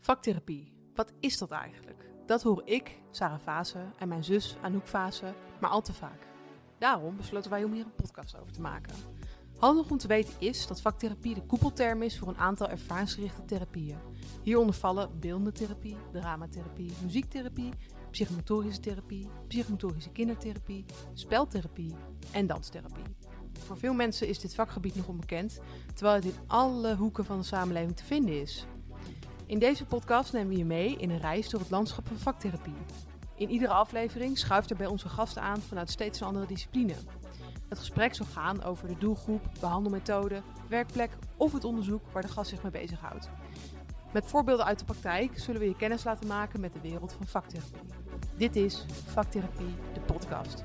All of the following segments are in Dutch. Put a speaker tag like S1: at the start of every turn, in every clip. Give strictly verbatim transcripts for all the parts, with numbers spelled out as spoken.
S1: Vaktherapie, wat is dat eigenlijk? Dat hoor ik, Sarah Vase, en mijn zus Anouk Vase, maar al te vaak. Daarom besloten wij om hier een podcast over te maken. Handig om te weten is dat vaktherapie de koepelterm is voor een aantal ervaringsgerichte therapieën. Hieronder vallen beeldende therapie, dramatherapie, muziektherapie, psychomotorische therapie, psychomotorische kindertherapie, speltherapie en danstherapie. Voor veel mensen is dit vakgebied nog onbekend, terwijl het in alle hoeken van de samenleving te vinden is. In deze podcast nemen we je mee in een reis door het landschap van vaktherapie. In iedere aflevering schuift er bij onze gasten aan vanuit steeds een andere discipline. Het gesprek zal gaan over de doelgroep, behandelmethode, werkplek of het onderzoek waar de gast zich mee bezighoudt. Met voorbeelden uit de praktijk zullen we je kennis laten maken met de wereld van vaktherapie. Dit is Vaktherapie, de podcast.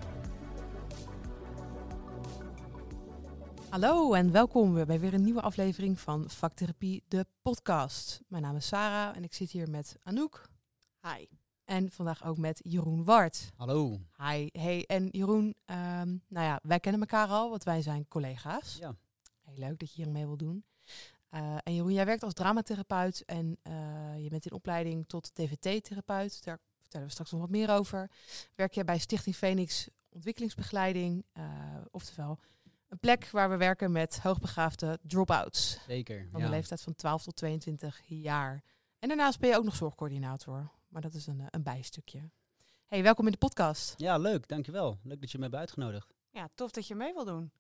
S1: Hallo en welkom weer bij weer een nieuwe aflevering van Vaktherapie, de podcast. Mijn naam is Sarah en ik zit hier met Anouk.
S2: Hi.
S1: En vandaag ook met Jeroen Wart.
S3: Hallo.
S1: Hi. Hey, en Jeroen, um, nou ja, wij kennen elkaar al, want wij zijn collega's.
S3: Ja.
S1: Heel leuk dat je hier mee wil doen. Uh, en Jeroen, jij werkt als dramatherapeut en uh, je bent in opleiding tot D V T-therapeut. Daar vertellen we straks nog wat meer over. Werk jij bij Stichting Phoenix Ontwikkelingsbegeleiding, uh, oftewel een plek waar we werken met hoogbegaafde drop-outs.
S3: Zeker,
S1: Van
S3: ja.
S1: de leeftijd van twaalf tot tweeëntwintig jaar. En daarnaast ben je ook nog zorgcoördinator. Maar dat is een, een bijstukje. Hey, welkom in de podcast.
S3: Ja, leuk. Dankjewel. Leuk dat je me hebt uitgenodigd.
S2: Ja, tof dat je mee wil doen.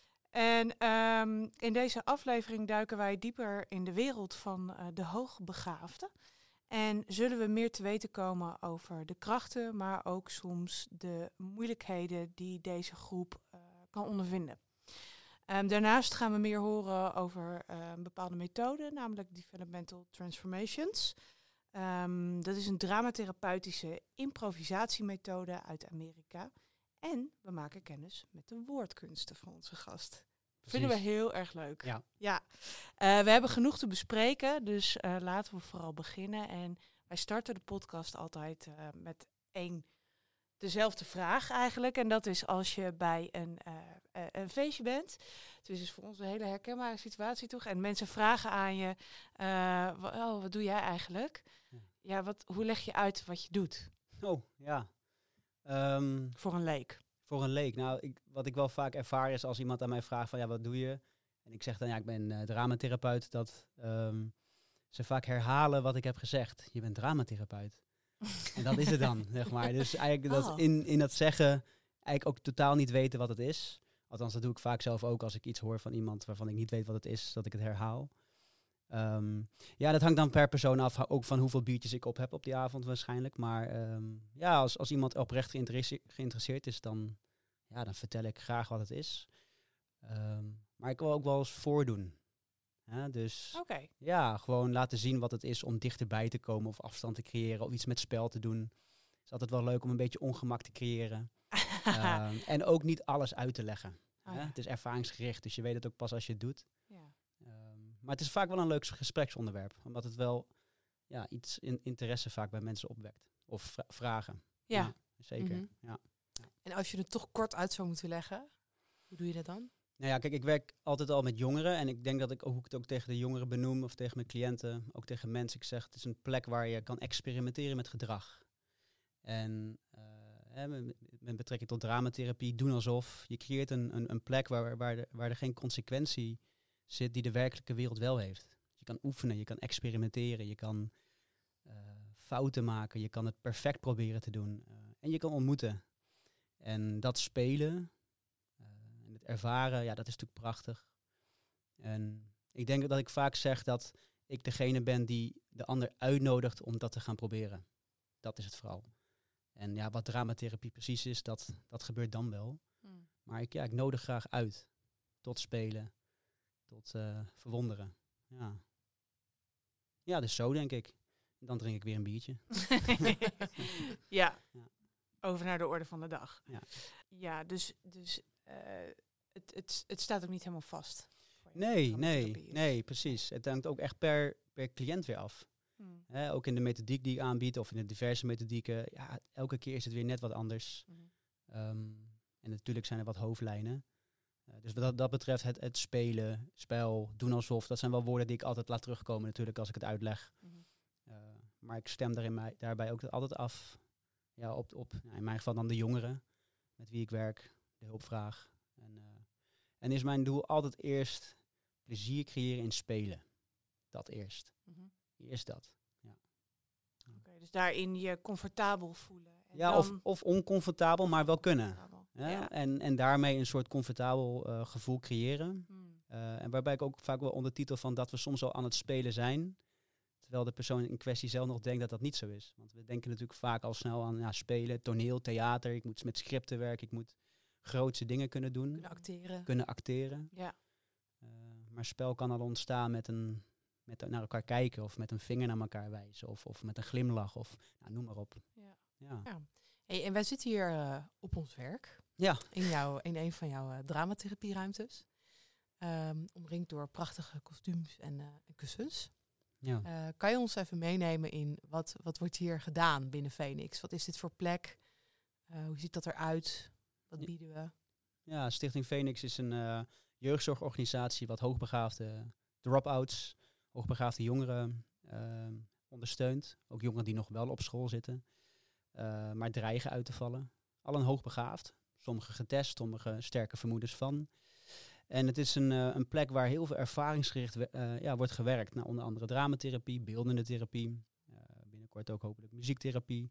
S2: En um, in deze aflevering duiken wij dieper in de wereld van uh, de hoogbegaafden. En zullen we meer te weten komen over de krachten, maar ook soms de moeilijkheden die deze groep uh, kan ondervinden. Um, daarnaast gaan we meer horen over uh, een bepaalde methode, namelijk Developmental Transformations. Um, dat is een dramatherapeutische improvisatiemethode uit Amerika. En we maken kennis met de woordkunsten van onze gast.
S3: Precies.
S2: Vinden we heel erg leuk.
S3: Ja.
S2: ja. Uh, we hebben genoeg te bespreken, dus uh, laten we vooral beginnen. En wij starten de podcast altijd uh, met één, dezelfde vraag eigenlijk. En dat is als je bij een, uh, uh, een feestje bent. Het is dus voor ons een hele herkenbare situatie toch? En mensen vragen aan je, uh, w- oh, wat doe jij eigenlijk? Ja, ja wat, hoe leg je uit wat je doet?
S3: Oh, ja. Um,
S2: voor een leek.
S3: Voor een leek. Nou, ik, wat ik wel vaak ervaar is als iemand aan mij vraagt van ja, wat doe je? En ik zeg dan ja, ik ben uh, dramatherapeut. Dat um, ze vaak herhalen wat ik heb gezegd. Je bent dramatherapeut. En dat is het dan, zeg maar. Dus eigenlijk
S2: oh.
S3: dat in, in dat zeggen eigenlijk ook totaal niet weten wat het is. Althans, dat doe ik vaak zelf ook als ik iets hoor van iemand waarvan ik niet weet wat het is, dat ik het herhaal. Um, ja, dat hangt dan per persoon af, ook van hoeveel biertjes ik op heb op die avond waarschijnlijk. Maar um, ja, als, als iemand oprecht geïnteresse- geïnteresseerd is, dan, ja, dan vertel ik graag wat het is. Um, maar ik wil ook wel eens voordoen. Ja, dus
S2: okay.
S3: ja, gewoon laten zien wat het is om dichterbij te komen of afstand te creëren of iets met spel te doen. Het is altijd wel leuk om een beetje ongemak te creëren. um, en ook niet alles uit te leggen.
S2: Oh,
S3: ja?
S2: ja.
S3: Het is ervaringsgericht, dus je weet het ook pas als je het doet.
S2: Ja.
S3: Um, maar het is vaak wel een leuk gespreksonderwerp, omdat het wel ja, iets in interesse vaak bij mensen opwekt. Of vra- vragen.
S2: Ja.
S3: ja zeker.
S1: Mm-hmm.
S3: Ja. Ja.
S1: En als je het toch kort uit zou moeten leggen, hoe doe je dat dan?
S3: Nou ja, kijk, ik werk altijd al met jongeren en ik denk dat ik, hoe ik het ook tegen de jongeren benoem of tegen mijn cliënten, ook tegen mensen, ik zeg, het is een plek waar je kan experimenteren met gedrag. En uh, hè, met, met betrekking tot dramatherapie, doen alsof. Je creëert een, een, een plek waar, waar, de, waar er geen consequentie zit die de werkelijke wereld wel heeft. Je kan oefenen, je kan experimenteren, je kan uh, fouten maken, je kan het perfect proberen te doen. Uh, en je kan ontmoeten. En dat spelen uh, en het ervaren, ja, dat is natuurlijk prachtig. En ik denk dat ik vaak zeg dat ik degene ben die de ander uitnodigt om dat te gaan proberen. Dat is het vooral. En ja, wat dramatherapie precies is, dat, dat gebeurt dan wel. Mm. Maar ik, ja, ik nodig graag uit tot spelen, tot uh, verwonderen. Ja. ja, dus zo denk ik. Dan drink ik weer een biertje.
S2: ja.
S3: ja,
S2: over naar de orde van de dag.
S3: Ja,
S2: ja dus, dus uh, het, het, het staat ook niet helemaal vast.
S3: Nee, nee, nee, precies. Het hangt ook echt per, per cliënt weer af. Hmm. He, ook in de methodiek die ik aanbied of in de diverse methodieken. Ja, elke keer is het weer net wat anders. Hmm. Um, en natuurlijk zijn er wat hoofdlijnen. Uh, dus wat dat betreft het, het spelen, spel, doen alsof. Dat zijn wel woorden die ik altijd laat terugkomen natuurlijk als ik het uitleg. Hmm. Uh, Maar ik stem daarin mij, daarbij ook altijd af ja, op, op nou, in mijn geval dan de jongeren met wie ik werk, de hulpvraag. En, uh, en is mijn doel altijd eerst plezier creëren in spelen. Dat eerst.
S2: Mm-hmm.
S3: Eerst dat. Ja.
S2: Okay, dus daarin je comfortabel voelen. En
S3: ja,
S2: dan...
S3: of, of oncomfortabel, maar wel kunnen. Ja?
S2: Ja.
S3: En, en daarmee een soort comfortabel uh, gevoel creëren.
S2: Hmm.
S3: Uh, en waarbij ik ook vaak wel ondertitel van dat we soms al aan het spelen zijn. Terwijl de persoon in kwestie zelf nog denkt dat dat niet zo is. Want we denken natuurlijk vaak al snel aan ja, spelen, toneel, theater. Ik moet met scripten werken, ik moet grootse dingen kunnen doen.
S2: Kunnen acteren.
S3: Kunnen acteren.
S2: Ja.
S3: Uh, maar spel kan al ontstaan met, een, met naar elkaar kijken of met een vinger naar elkaar wijzen. Of, of met een glimlach of nou, noem maar op.
S2: Ja.
S1: Ja. Ja. Hey, en wij zitten hier uh, op ons werk.
S3: Ja.
S1: In, jouw, in een van jouw uh, dramatherapieruimtes. Um, omringd door prachtige kostuums en, uh, en kussens.
S3: Ja.
S1: Uh, kan je ons even meenemen in wat, wat wordt hier gedaan binnen Phoenix? Wat is dit voor plek? Uh, hoe ziet dat eruit? Wat
S3: ja.
S1: bieden we?
S3: Ja, Stichting Phoenix is een uh, jeugdzorgorganisatie wat hoogbegaafde drop-outs, hoogbegaafde jongeren uh, ondersteunt. Ook jongeren die nog wel op school zitten, uh, maar dreigen uit te vallen. Allen hoogbegaafd, sommigen getest, sommigen sterke vermoedens van. En het is een, uh, een plek waar heel veel ervaringsgericht we- uh, ja, wordt gewerkt. Nou, onder andere dramatherapie, beeldende therapie. Uh, binnenkort ook hopelijk muziektherapie.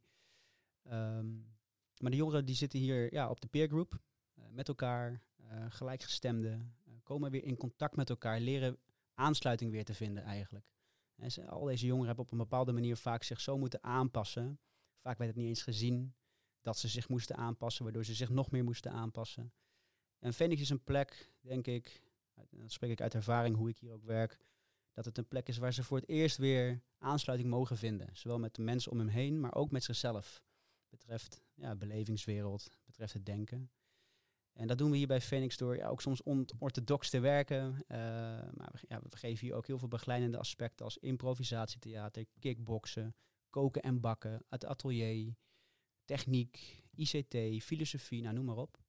S3: Um, maar de jongeren die zitten hier ja, op de peergroep. Uh, met elkaar, uh, gelijkgestemden. Uh, komen weer in contact met elkaar. Leren aansluiting weer te vinden eigenlijk. En ze, al deze jongeren hebben op een bepaalde manier vaak zich zo moeten aanpassen. Vaak werd het niet eens gezien dat ze zich moesten aanpassen. Waardoor ze zich nog meer moesten aanpassen. En Phoenix is een plek, denk ik, dat spreek ik uit ervaring hoe ik hier ook werk, dat het een plek is waar ze voor het eerst weer aansluiting mogen vinden. Zowel met de mensen om hem heen, maar ook met zichzelf. Betreft ja, belevingswereld, betreft het denken. En dat doen we hier bij Phoenix door ja, ook soms onorthodox te werken. Uh, maar we, ja, we geven hier ook heel veel begeleidende aspecten als improvisatietheater, kickboksen, koken en bakken, het atelier, techniek, I C T, filosofie, nou noem maar op.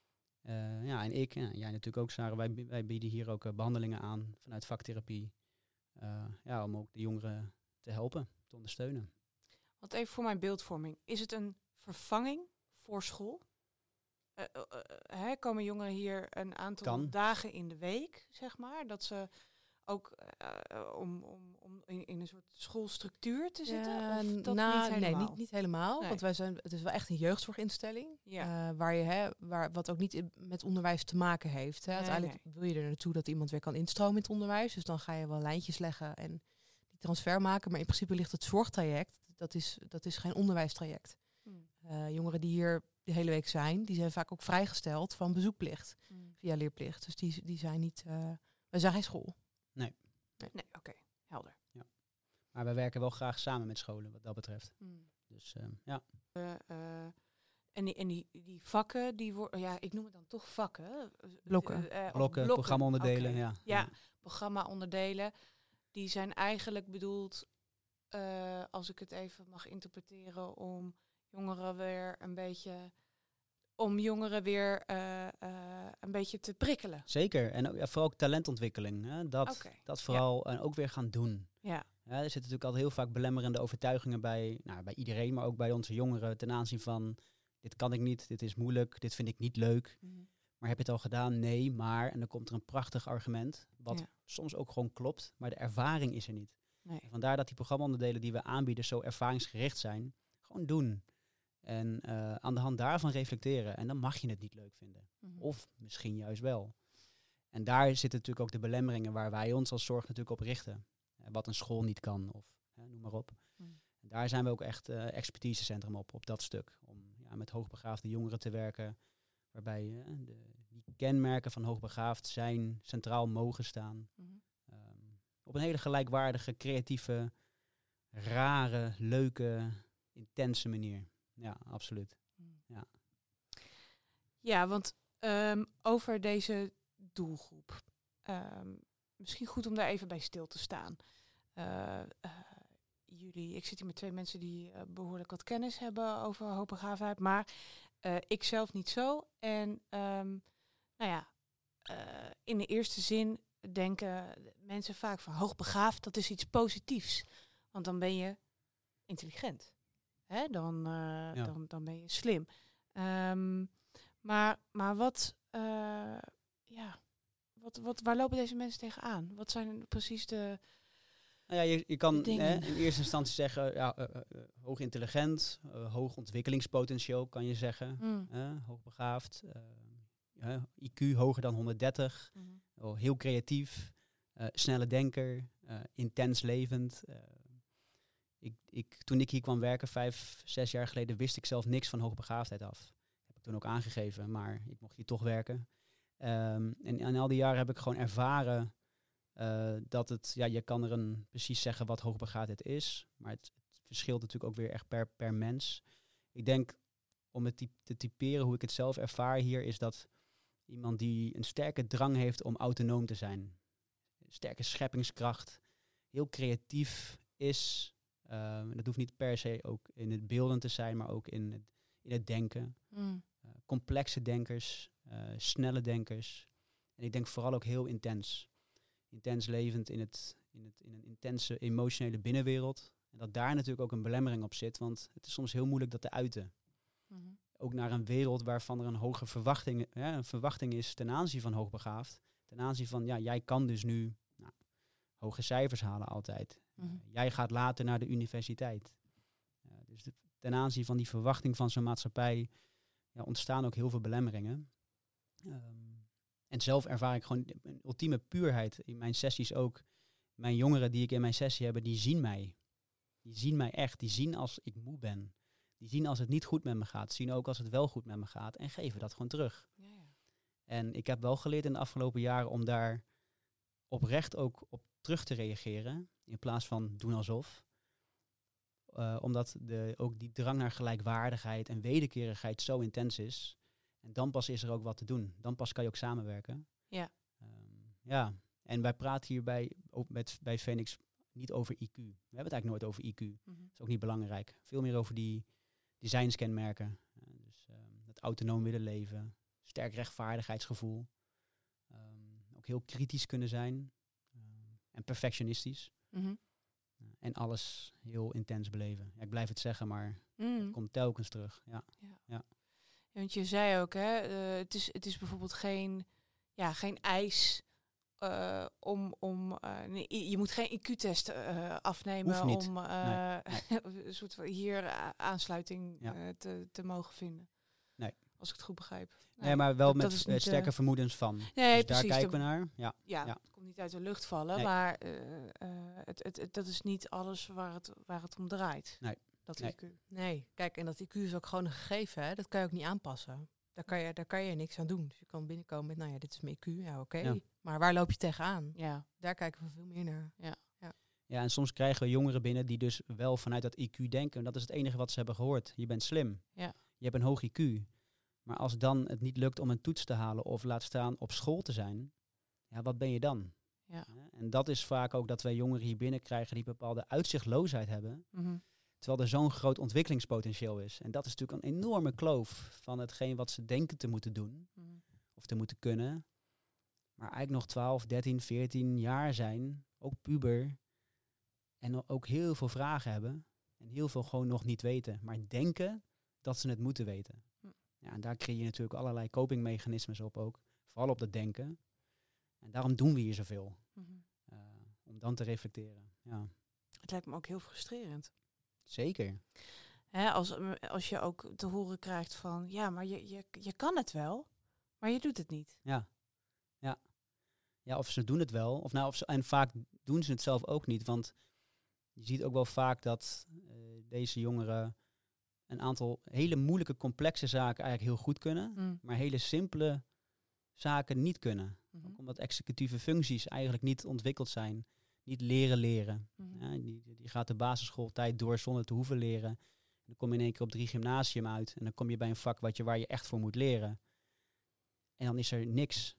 S3: Uh, ja, en ik, ja, jij natuurlijk ook, Sarah, wij, wij bieden hier ook uh, behandelingen aan vanuit vaktherapie. Uh, ja, om ook de jongeren te helpen, te ondersteunen.
S2: Want even voor mijn beeldvorming. Is het een vervanging voor school? Uh, uh, uh, hè, komen jongeren hier een aantal
S3: kan.
S2: dagen in de week, zeg maar? Dat ze ook uh, om, om, om in, in een soort schoolstructuur te zitten?
S1: Ja,
S2: of dat
S1: na,
S2: niet helemaal?
S1: Nee, niet, niet helemaal.
S2: Nee.
S1: Want wij zijn, het is wel echt een jeugdzorginstelling.
S2: Ja.
S1: Uh, waar je, hè, waar, wat ook niet met onderwijs te maken heeft. Hè.
S2: Nee,
S1: Uiteindelijk
S2: nee.
S1: wil je er naartoe dat iemand weer kan instromen in het onderwijs. Dus dan ga je wel lijntjes leggen en die transfer maken. Maar in principe ligt het zorgtraject, dat is, dat is geen onderwijstraject.
S2: Hmm.
S1: Uh, jongeren die hier de hele week zijn, die zijn vaak ook vrijgesteld van bezoekplicht.
S2: Hmm.
S1: Via leerplicht. Dus die, die zijn niet, uh, wij zijn geen school.
S2: Nee, nee oké. Okay. Helder.
S3: Ja. Maar wij werken wel graag samen met scholen wat dat betreft.
S2: Hmm.
S3: Dus uh, ja.
S2: Uh, uh, en die, en die, die vakken, die worden, ja, ik noem het dan toch vakken.
S1: Blokken.
S2: Uh, uh,
S3: Blokken,
S2: blokken.
S3: programmaonderdelen,
S2: Okay.
S3: ja.
S2: Ja, ja. Programma-onderdelen. Die zijn eigenlijk bedoeld, uh, als ik het even mag interpreteren, om jongeren weer een beetje, om jongeren weer uh, uh, een beetje te prikkelen.
S3: Zeker. En ook, ja, vooral ook talentontwikkeling. Hè? Dat,
S2: okay.
S3: dat vooral ja. En ook weer gaan doen.
S2: Ja.
S3: Ja, er zitten natuurlijk altijd heel vaak belemmerende overtuigingen bij, nou, bij iedereen, maar ook bij onze jongeren ten aanzien van dit kan ik niet, dit is moeilijk, dit vind ik niet leuk.
S2: Mm-hmm.
S3: Maar heb je het al gedaan? Nee, maar. En dan komt er een prachtig argument, wat
S2: ja.
S3: soms ook gewoon klopt, maar de ervaring is er niet.
S2: Nee.
S3: Vandaar dat die programmaonderdelen die we aanbieden zo ervaringsgericht zijn. Gewoon doen. En uh, aan de hand daarvan reflecteren. En dan mag je het niet leuk vinden.
S2: Mm-hmm.
S3: Of misschien juist wel. En daar zitten natuurlijk ook de belemmeringen waar wij ons als zorg natuurlijk op richten. Uh, wat een school niet kan, of uh, noem maar op.
S2: Mm.
S3: En daar zijn we ook echt uh, expertisecentrum op, op dat stuk. Om ja, met hoogbegaafde jongeren te werken. Waarbij uh, de, die kenmerken van hoogbegaafd zijn centraal mogen staan.
S2: Mm-hmm.
S3: Um, op een hele gelijkwaardige, creatieve, rare, leuke, intense manier. Ja, absoluut.
S2: Mm.
S3: Ja,
S2: ja want um, over deze doelgroep. Um, misschien goed om daar even bij stil te staan. Uh, uh, jullie, ik zit hier met twee mensen die uh, behoorlijk wat kennis hebben over hoogbegaafdheid, maar uh, ik zelf niet zo. En um, nou ja, uh, in de eerste zin denken mensen vaak van hoogbegaafd, dat is iets positiefs. Want dan ben je intelligent. Hè? Dan, uh,
S3: ja.
S2: dan, dan ben je slim. Um, maar, maar wat, uh, ja, wat, wat, waar lopen deze mensen tegenaan? Wat zijn precies de...
S3: Nou ja, je, je kan hè, in eerste instantie zeggen, ja, uh, uh, hoog intelligent, uh, hoog ontwikkelingspotentieel kan je zeggen,
S2: mm.
S3: uh, hoogbegaafd, uh, uh, I Q hoger dan honderddertig,
S2: Mm-hmm.
S3: oh, heel creatief, uh, snelle denker, uh, intens levend. Uh, ik, ik, toen ik hier kwam werken, vijf, zes jaar geleden, wist ik zelf niks van hoogbegaafdheid af. Heb ik toen ook aangegeven, maar ik mocht hier toch werken. Um, en in al die jaren heb ik gewoon ervaren uh, dat het, ja, je kan er een precies zeggen wat hoogbegaafdheid is, maar het, het verschilt natuurlijk ook weer echt per, per mens. Ik denk, om het typ, te typeren hoe ik het zelf ervaar hier, is dat iemand die een sterke drang heeft om autonoom te zijn, sterke scheppingskracht, heel creatief is. Uh, dat hoeft niet per se ook in het beelden te zijn, maar ook in het, in het denken.
S2: Mm.
S3: Uh, complexe denkers, uh, snelle denkers. En ik denk vooral ook heel intens. Intens levend in, het, in, het, in een intense emotionele binnenwereld. En dat daar natuurlijk ook een belemmering op zit, want het is soms heel moeilijk dat te uiten.
S2: Mm-hmm.
S3: Ook naar een wereld waarvan er een hoge verwachting, ja, een verwachting is ten aanzien van hoogbegaafd. Ten aanzien van, ja, jij kan dus nu nou, hoge cijfers halen altijd.
S2: Mm-hmm.
S3: Uh, jij gaat later naar de universiteit. Uh, dus de, ten aanzien van die verwachting van zo'n maatschappij ja, ontstaan ook heel veel belemmeringen. Um, en zelf ervaar ik gewoon een ultieme puurheid in mijn sessies ook. Mijn jongeren die ik in mijn sessie heb, die zien mij. Die zien mij echt. Die zien als ik moe ben. Die zien als het niet goed met me gaat. Zien ook als het wel goed met me gaat. En geven dat gewoon terug.
S2: Ja, ja.
S3: En ik heb wel geleerd in de afgelopen jaren om daar oprecht ook op terug te reageren. In plaats van doen alsof. Uh, omdat de, ook die drang naar gelijkwaardigheid en wederkerigheid zo intens is. En dan pas is er ook wat te doen. Dan pas kan je ook samenwerken.
S2: Ja.
S3: Um, ja. En wij praten hier bij, ook met, bij Phoenix niet over I Q. We hebben het eigenlijk nooit over I Q.
S2: Mm-hmm.
S3: Dat is ook niet belangrijk. Veel meer over die designskenmerken. Uh, dus um, het autonoom willen leven. Sterk rechtvaardigheidsgevoel. Um, ook heel kritisch kunnen zijn. Um, en perfectionistisch.
S2: Mm-hmm.
S3: Uh, en alles heel intens beleven. Ja, ik blijf het zeggen, maar
S2: mm.
S3: het komt telkens terug. Ja.
S2: Ja.
S3: Ja.
S2: Ja, want je zei ook, hè, uh, het, is, het is bijvoorbeeld geen, ja, geen eis uh, om... om uh, nee, je moet geen I Q-test uh, afnemen om uh, nee, nee. een soort van hier uh, aansluiting ja. uh, te, te mogen vinden.
S3: Nee.
S2: Als ik het goed begrijp.
S3: Nee, nee maar wel dat, met dat uh, sterke uh, vermoedens van.
S2: Nee,
S3: dus
S2: precies,
S3: daar kijken
S2: de,
S3: we naar. Ja,
S2: ja,
S3: ja,
S2: het komt niet uit de lucht vallen, nee. maar uh, uh, het, het, het, dat is niet alles waar het, waar het om draait.
S3: Nee.
S2: Dat
S1: nee.
S2: I Q.
S1: Nee, kijk, en dat I Q is ook gewoon een gegeven, hè? Dat kan je ook niet aanpassen. Daar kan je, daar kan je niks aan doen. Dus je kan binnenkomen met, nou ja, dit is mijn I Q, ja oké. Okay. Ja. Maar waar loop je tegenaan?
S2: Ja.
S1: Daar kijken we veel meer naar.
S2: Ja. Ja.
S3: Ja, en soms krijgen we jongeren binnen die dus wel vanuit dat I Q denken. En dat is het enige wat ze hebben gehoord. Je bent slim.
S2: Ja.
S3: Je hebt een hoog I Q. Maar als dan het niet lukt om een toets te halen of laat staan op school te zijn, ja, wat ben je dan?
S2: Ja.
S3: Ja, en dat is vaak ook dat wij jongeren hier binnen krijgen die bepaalde uitzichtloosheid hebben.
S2: Mm-hmm.
S3: Terwijl er zo'n groot ontwikkelingspotentieel is. En dat is natuurlijk een enorme kloof van hetgeen wat ze denken te moeten doen.
S2: Mm-hmm.
S3: Of te moeten kunnen. Maar eigenlijk nog twaalf, dertien, veertien jaar zijn. Ook puber. En ook heel veel vragen hebben. En heel veel gewoon nog niet weten. Maar denken dat ze het moeten weten.
S2: Mm.
S3: Ja, en daar creëer je natuurlijk allerlei copingmechanismes op ook. Vooral op dat denken. En daarom doen we hier zoveel.
S2: Mm-hmm.
S3: Uh, om dan te reflecteren. Ja.
S2: Het lijkt me ook heel frustrerend.
S3: Zeker.
S2: Hè, als, als je ook te horen krijgt van, ja, maar je, je, je kan het wel, maar je doet het niet.
S3: Ja, ja. Ja, of ze doen het wel. Of nou, of ze, en vaak doen ze het zelf ook niet. Want je ziet ook wel vaak dat uh, deze jongeren een aantal hele moeilijke, complexe zaken eigenlijk heel goed kunnen.
S2: Mm.
S3: Maar hele simpele zaken niet kunnen.
S2: Mm-hmm.
S3: Ook omdat executieve functies eigenlijk niet ontwikkeld zijn. Niet leren leren.
S2: Mm-hmm.
S3: Ja, die, die gaat de basisschooltijd door zonder te hoeven leren. Dan kom je in één keer op drie gymnasium uit. En dan kom je bij een vak wat je, waar je echt voor moet leren. En dan is er niks.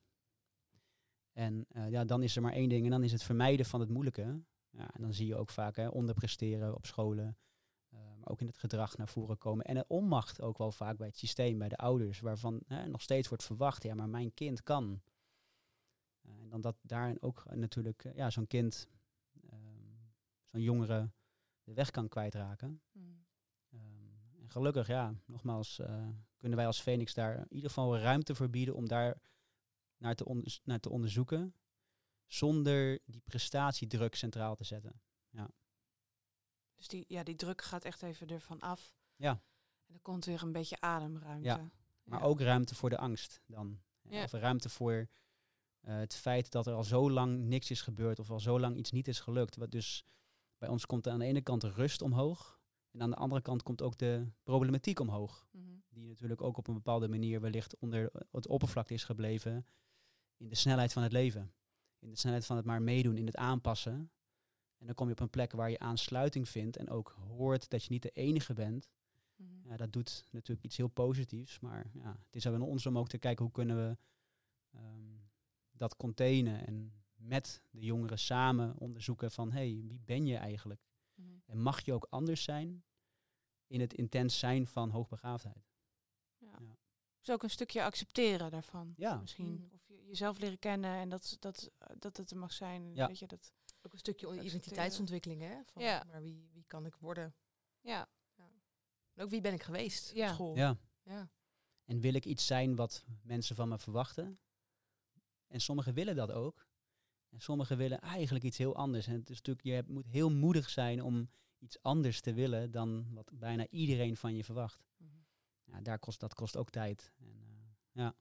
S3: En uh, ja, dan is er maar één ding. En dan is het vermijden van het moeilijke. Ja, en dan zie je ook vaak hè, onderpresteren op scholen. Uh, maar ook in het gedrag naar voren komen. En de onmacht ook wel vaak bij het systeem, bij de ouders. Waarvan hè, nog steeds wordt verwacht. Ja, maar mijn kind kan. Uh, en dan dat daar ook uh, natuurlijk uh, ja, zo'n kind... zo'n jongere de weg kan kwijtraken.
S2: Mm.
S3: Um, en gelukkig, ja, nogmaals, uh, kunnen wij als Phoenix daar in ieder geval ruimte voor bieden om daar naar te, onder, naar te onderzoeken, zonder die prestatiedruk centraal te zetten. Ja.
S2: Dus die, ja, die druk gaat echt even ervan af.
S3: Ja.
S2: En er komt weer een beetje ademruimte.
S3: Ja. Maar
S2: ja.
S3: ook ruimte voor de angst dan.
S2: Ja.
S3: Of ruimte voor uh, het feit dat er al zo lang niks is gebeurd of al zo lang iets niet is gelukt. Wat dus bij ons komt er aan de ene kant de rust omhoog. En aan de andere kant komt ook de problematiek omhoog.
S2: Mm-hmm.
S3: Die natuurlijk ook op een bepaalde manier wellicht onder het oppervlakte is gebleven. In de snelheid van het leven. In de snelheid van het maar meedoen, in het aanpassen. En dan kom je op een plek waar je aansluiting vindt. En ook hoort dat je niet de enige bent.
S2: Mm-hmm.
S3: Ja, dat doet natuurlijk iets heel positiefs. Maar ja, het is aan ons om ook te kijken hoe kunnen we um, dat containen. En met de jongeren samen onderzoeken van, hé, hey, wie ben je eigenlijk?
S2: Mm-hmm.
S3: En mag je ook anders zijn in het intens zijn van hoogbegaafdheid?
S2: Ja.
S3: Ja.
S2: Dus ook een stukje accepteren daarvan.
S3: Ja.
S2: Misschien.
S1: Mm.
S2: Of je, jezelf leren kennen en dat, dat, dat het er mag zijn.
S3: Ja.
S2: Weet je, dat,
S1: Ook een stukje
S2: accepteren.
S1: identiteitsontwikkeling, hè? Van,
S2: Ja.
S1: Maar wie, wie kan ik worden?
S2: ja.
S1: En ook wie ben ik geweest
S2: Ja.
S1: op school?
S3: Ja.
S1: Ja.
S3: En wil ik iets zijn wat mensen van me verwachten? En sommigen willen dat ook. En sommigen willen eigenlijk iets heel anders. En het is natuurlijk, je hebt- moet heel moedig zijn om iets anders te willen dan wat bijna iedereen van je verwacht.
S1: Mhm.
S3: Ja, daar kost, dat kost ook tijd. En, uh, ja.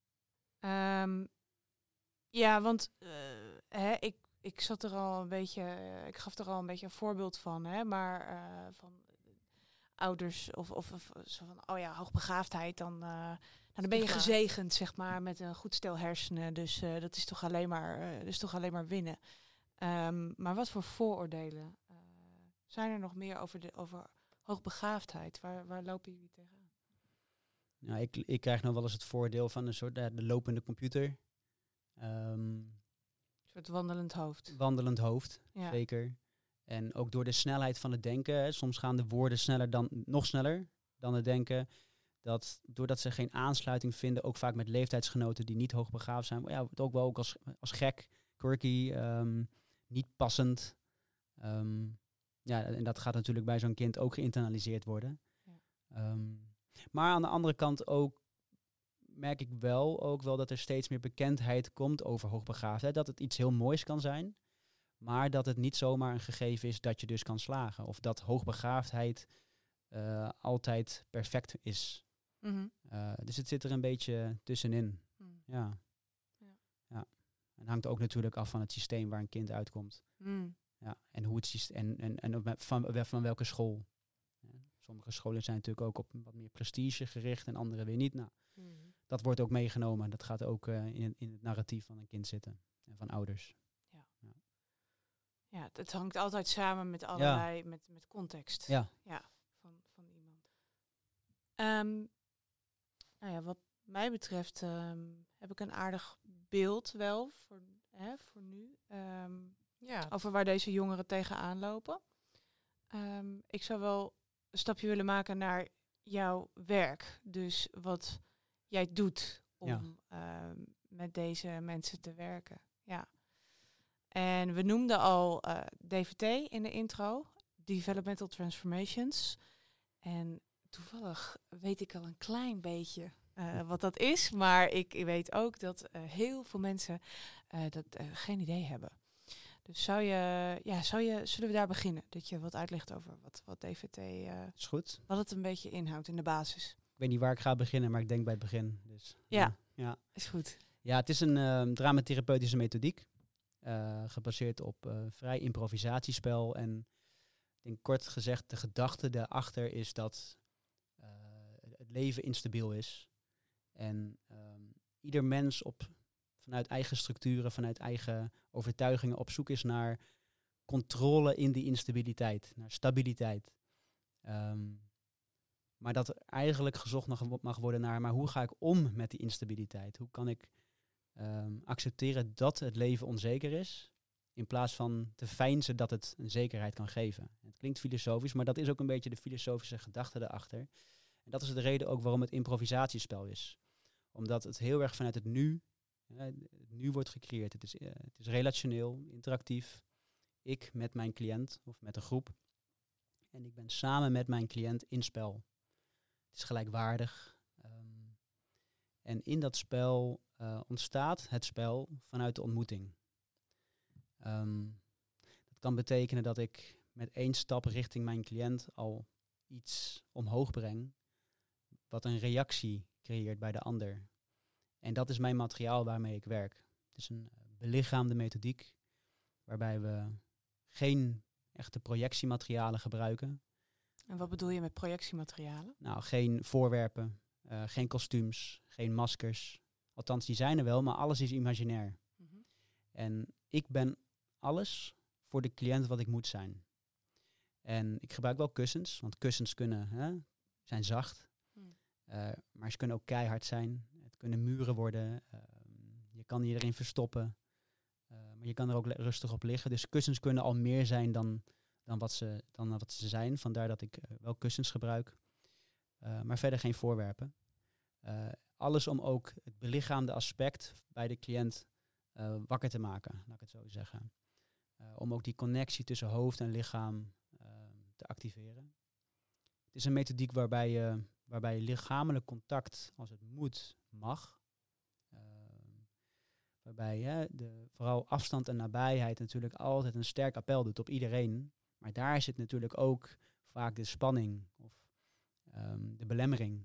S2: Um, ja, want uh, hè, ik, ik zat er al een beetje, uh, ik gaf er al een beetje een voorbeeld van, hè, maar uh, van ouders of, of, of zo van, oh ja, hoogbegaafdheid, dan, uh, nou, dan ben je
S1: Stigma.
S2: gezegend, zeg maar, met een goed stel hersenen. Dus uh, dat is toch alleen maar, uh, dat is toch alleen maar winnen. Um, maar wat voor vooroordelen uh, zijn er nog meer over, de, over hoogbegaafdheid? Waar, waar lopen jullie tegenaan?
S3: Nou, ik, ik krijg nou wel eens het voordeel van een soort uh, de lopende computer. Um,
S2: Een soort wandelend hoofd.
S3: wandelend hoofd,
S2: Ja.
S3: zeker. En ook door de snelheid van het denken. Hè, soms gaan de woorden sneller dan, nog sneller dan het denken. Dat doordat ze geen aansluiting vinden, ook vaak met leeftijdsgenoten die niet hoogbegaafd zijn. Ja, het ook wel ook als, als gek, quirky, um, niet passend. Um, ja, en dat gaat natuurlijk bij zo'n kind ook geïnternaliseerd worden.
S2: Ja.
S3: Um, maar aan de andere kant ook merk ik wel, ook wel dat er steeds meer bekendheid komt over hoogbegaafdheid. Dat het iets heel moois kan zijn. Maar dat het niet zomaar een gegeven is dat je dus kan slagen. Of dat hoogbegaafdheid uh, altijd perfect is.
S2: Mm-hmm.
S3: Uh, dus het zit er een beetje tussenin.
S2: Mm.
S3: Ja.
S2: Ja.
S3: Ja. En hangt ook natuurlijk af van het systeem waar een kind uitkomt.
S2: Mm.
S3: Ja. En hoe het systeem en, en, en van, van welke school. Ja. Sommige scholen zijn natuurlijk ook op wat meer prestige gericht en andere weer niet. Nou,
S1: Mhm.
S3: dat wordt ook meegenomen. Dat gaat ook uh, in, in het narratief van een kind zitten. En van ouders.
S2: Ja, het hangt altijd samen met allerlei, ja. met, met context.
S3: Ja.
S2: Ja, van, van iemand. Um, nou ja, wat mij betreft um, heb ik een aardig beeld wel voor, hè, voor nu. Um,
S1: ja.
S2: Over waar deze jongeren tegenaan lopen. Um, ik zou wel een stapje willen maken naar jouw werk. Dus wat jij doet om ja. um, met deze mensen te werken. Ja. En we noemden al uh, D V T in de intro, Developmental Transformations. En toevallig weet ik al een klein beetje uh, wat dat is. Maar ik weet ook dat uh, heel veel mensen uh, dat uh, geen idee hebben. Dus zou je, ja, zou je, zullen we daar beginnen? Dat je wat uitlegt over wat, wat D V T, uh,
S3: is goed.
S2: Wat het een beetje inhoudt in de basis.
S3: Ik weet niet waar ik ga beginnen, maar ik denk bij het begin. Dus,
S2: ja.
S3: ja, ja,
S2: is goed.
S3: Ja, het is een uh, dramatherapeutische methodiek. Uh, gebaseerd op uh, vrij improvisatiespel. En ik denk kort gezegd, de gedachte daarachter is dat uh, het leven instabiel is. En um, ieder mens op, vanuit eigen structuren, vanuit eigen overtuigingen op zoek is naar controle in die instabiliteit, naar stabiliteit. Um, maar dat er eigenlijk gezocht mag, mag worden naar, maar hoe ga ik om met die instabiliteit? Hoe kan ik Um, accepteren dat het leven onzeker is, in plaats van te veinzen dat het een zekerheid kan geven. Het klinkt filosofisch, maar dat is ook een beetje de filosofische gedachte erachter. En dat is de reden ook waarom het improvisatiespel is. Omdat het heel erg vanuit het nu, uh, het nu wordt gecreëerd. Het is, uh, het is relationeel, interactief. Ik met mijn cliënt of met een groep. en ik ben samen met mijn cliënt in spel. Het is gelijkwaardig. Um, en in dat spel uh, ontstaat het spel vanuit de ontmoeting. Um, dat kan betekenen dat ik met één stap richting mijn cliënt al iets omhoog breng, wat een reactie creëert bij de ander. En dat is mijn materiaal waarmee ik werk. Het is een belichaamde methodiek, waarbij we geen echte projectiematerialen gebruiken.
S2: En wat bedoel je met projectiematerialen?
S3: Nou, geen voorwerpen, uh, geen kostuums, geen maskers. Althans, die zijn er wel, maar alles is imaginair. Mm-hmm. En ik ben alles voor de cliënt wat ik moet zijn. En ik gebruik wel kussens, want kussens kunnen, hè, zijn zacht. Mm. Uh, maar ze kunnen ook keihard zijn. Het kunnen muren worden. Uh, je kan je erin verstoppen. Uh, maar je kan er ook le- rustig op liggen. Dus kussens kunnen al meer zijn dan, dan, wat, ze, dan wat ze zijn. Vandaar dat ik uh, wel kussens gebruik. Uh, maar verder geen voorwerpen. Uh, alles om ook het belichaamde aspect bij de cliënt uh, wakker te maken, laat ik het zo zeggen. Uh, om ook die connectie tussen hoofd en lichaam uh, te activeren. Het is een methodiek waarbij je, waarbij je lichamelijk contact, als het moet, mag. Uh, waarbij hè, de, vooral afstand en nabijheid natuurlijk altijd een sterk appel doet op iedereen. Maar daar zit natuurlijk ook vaak de spanning of um, de belemmering.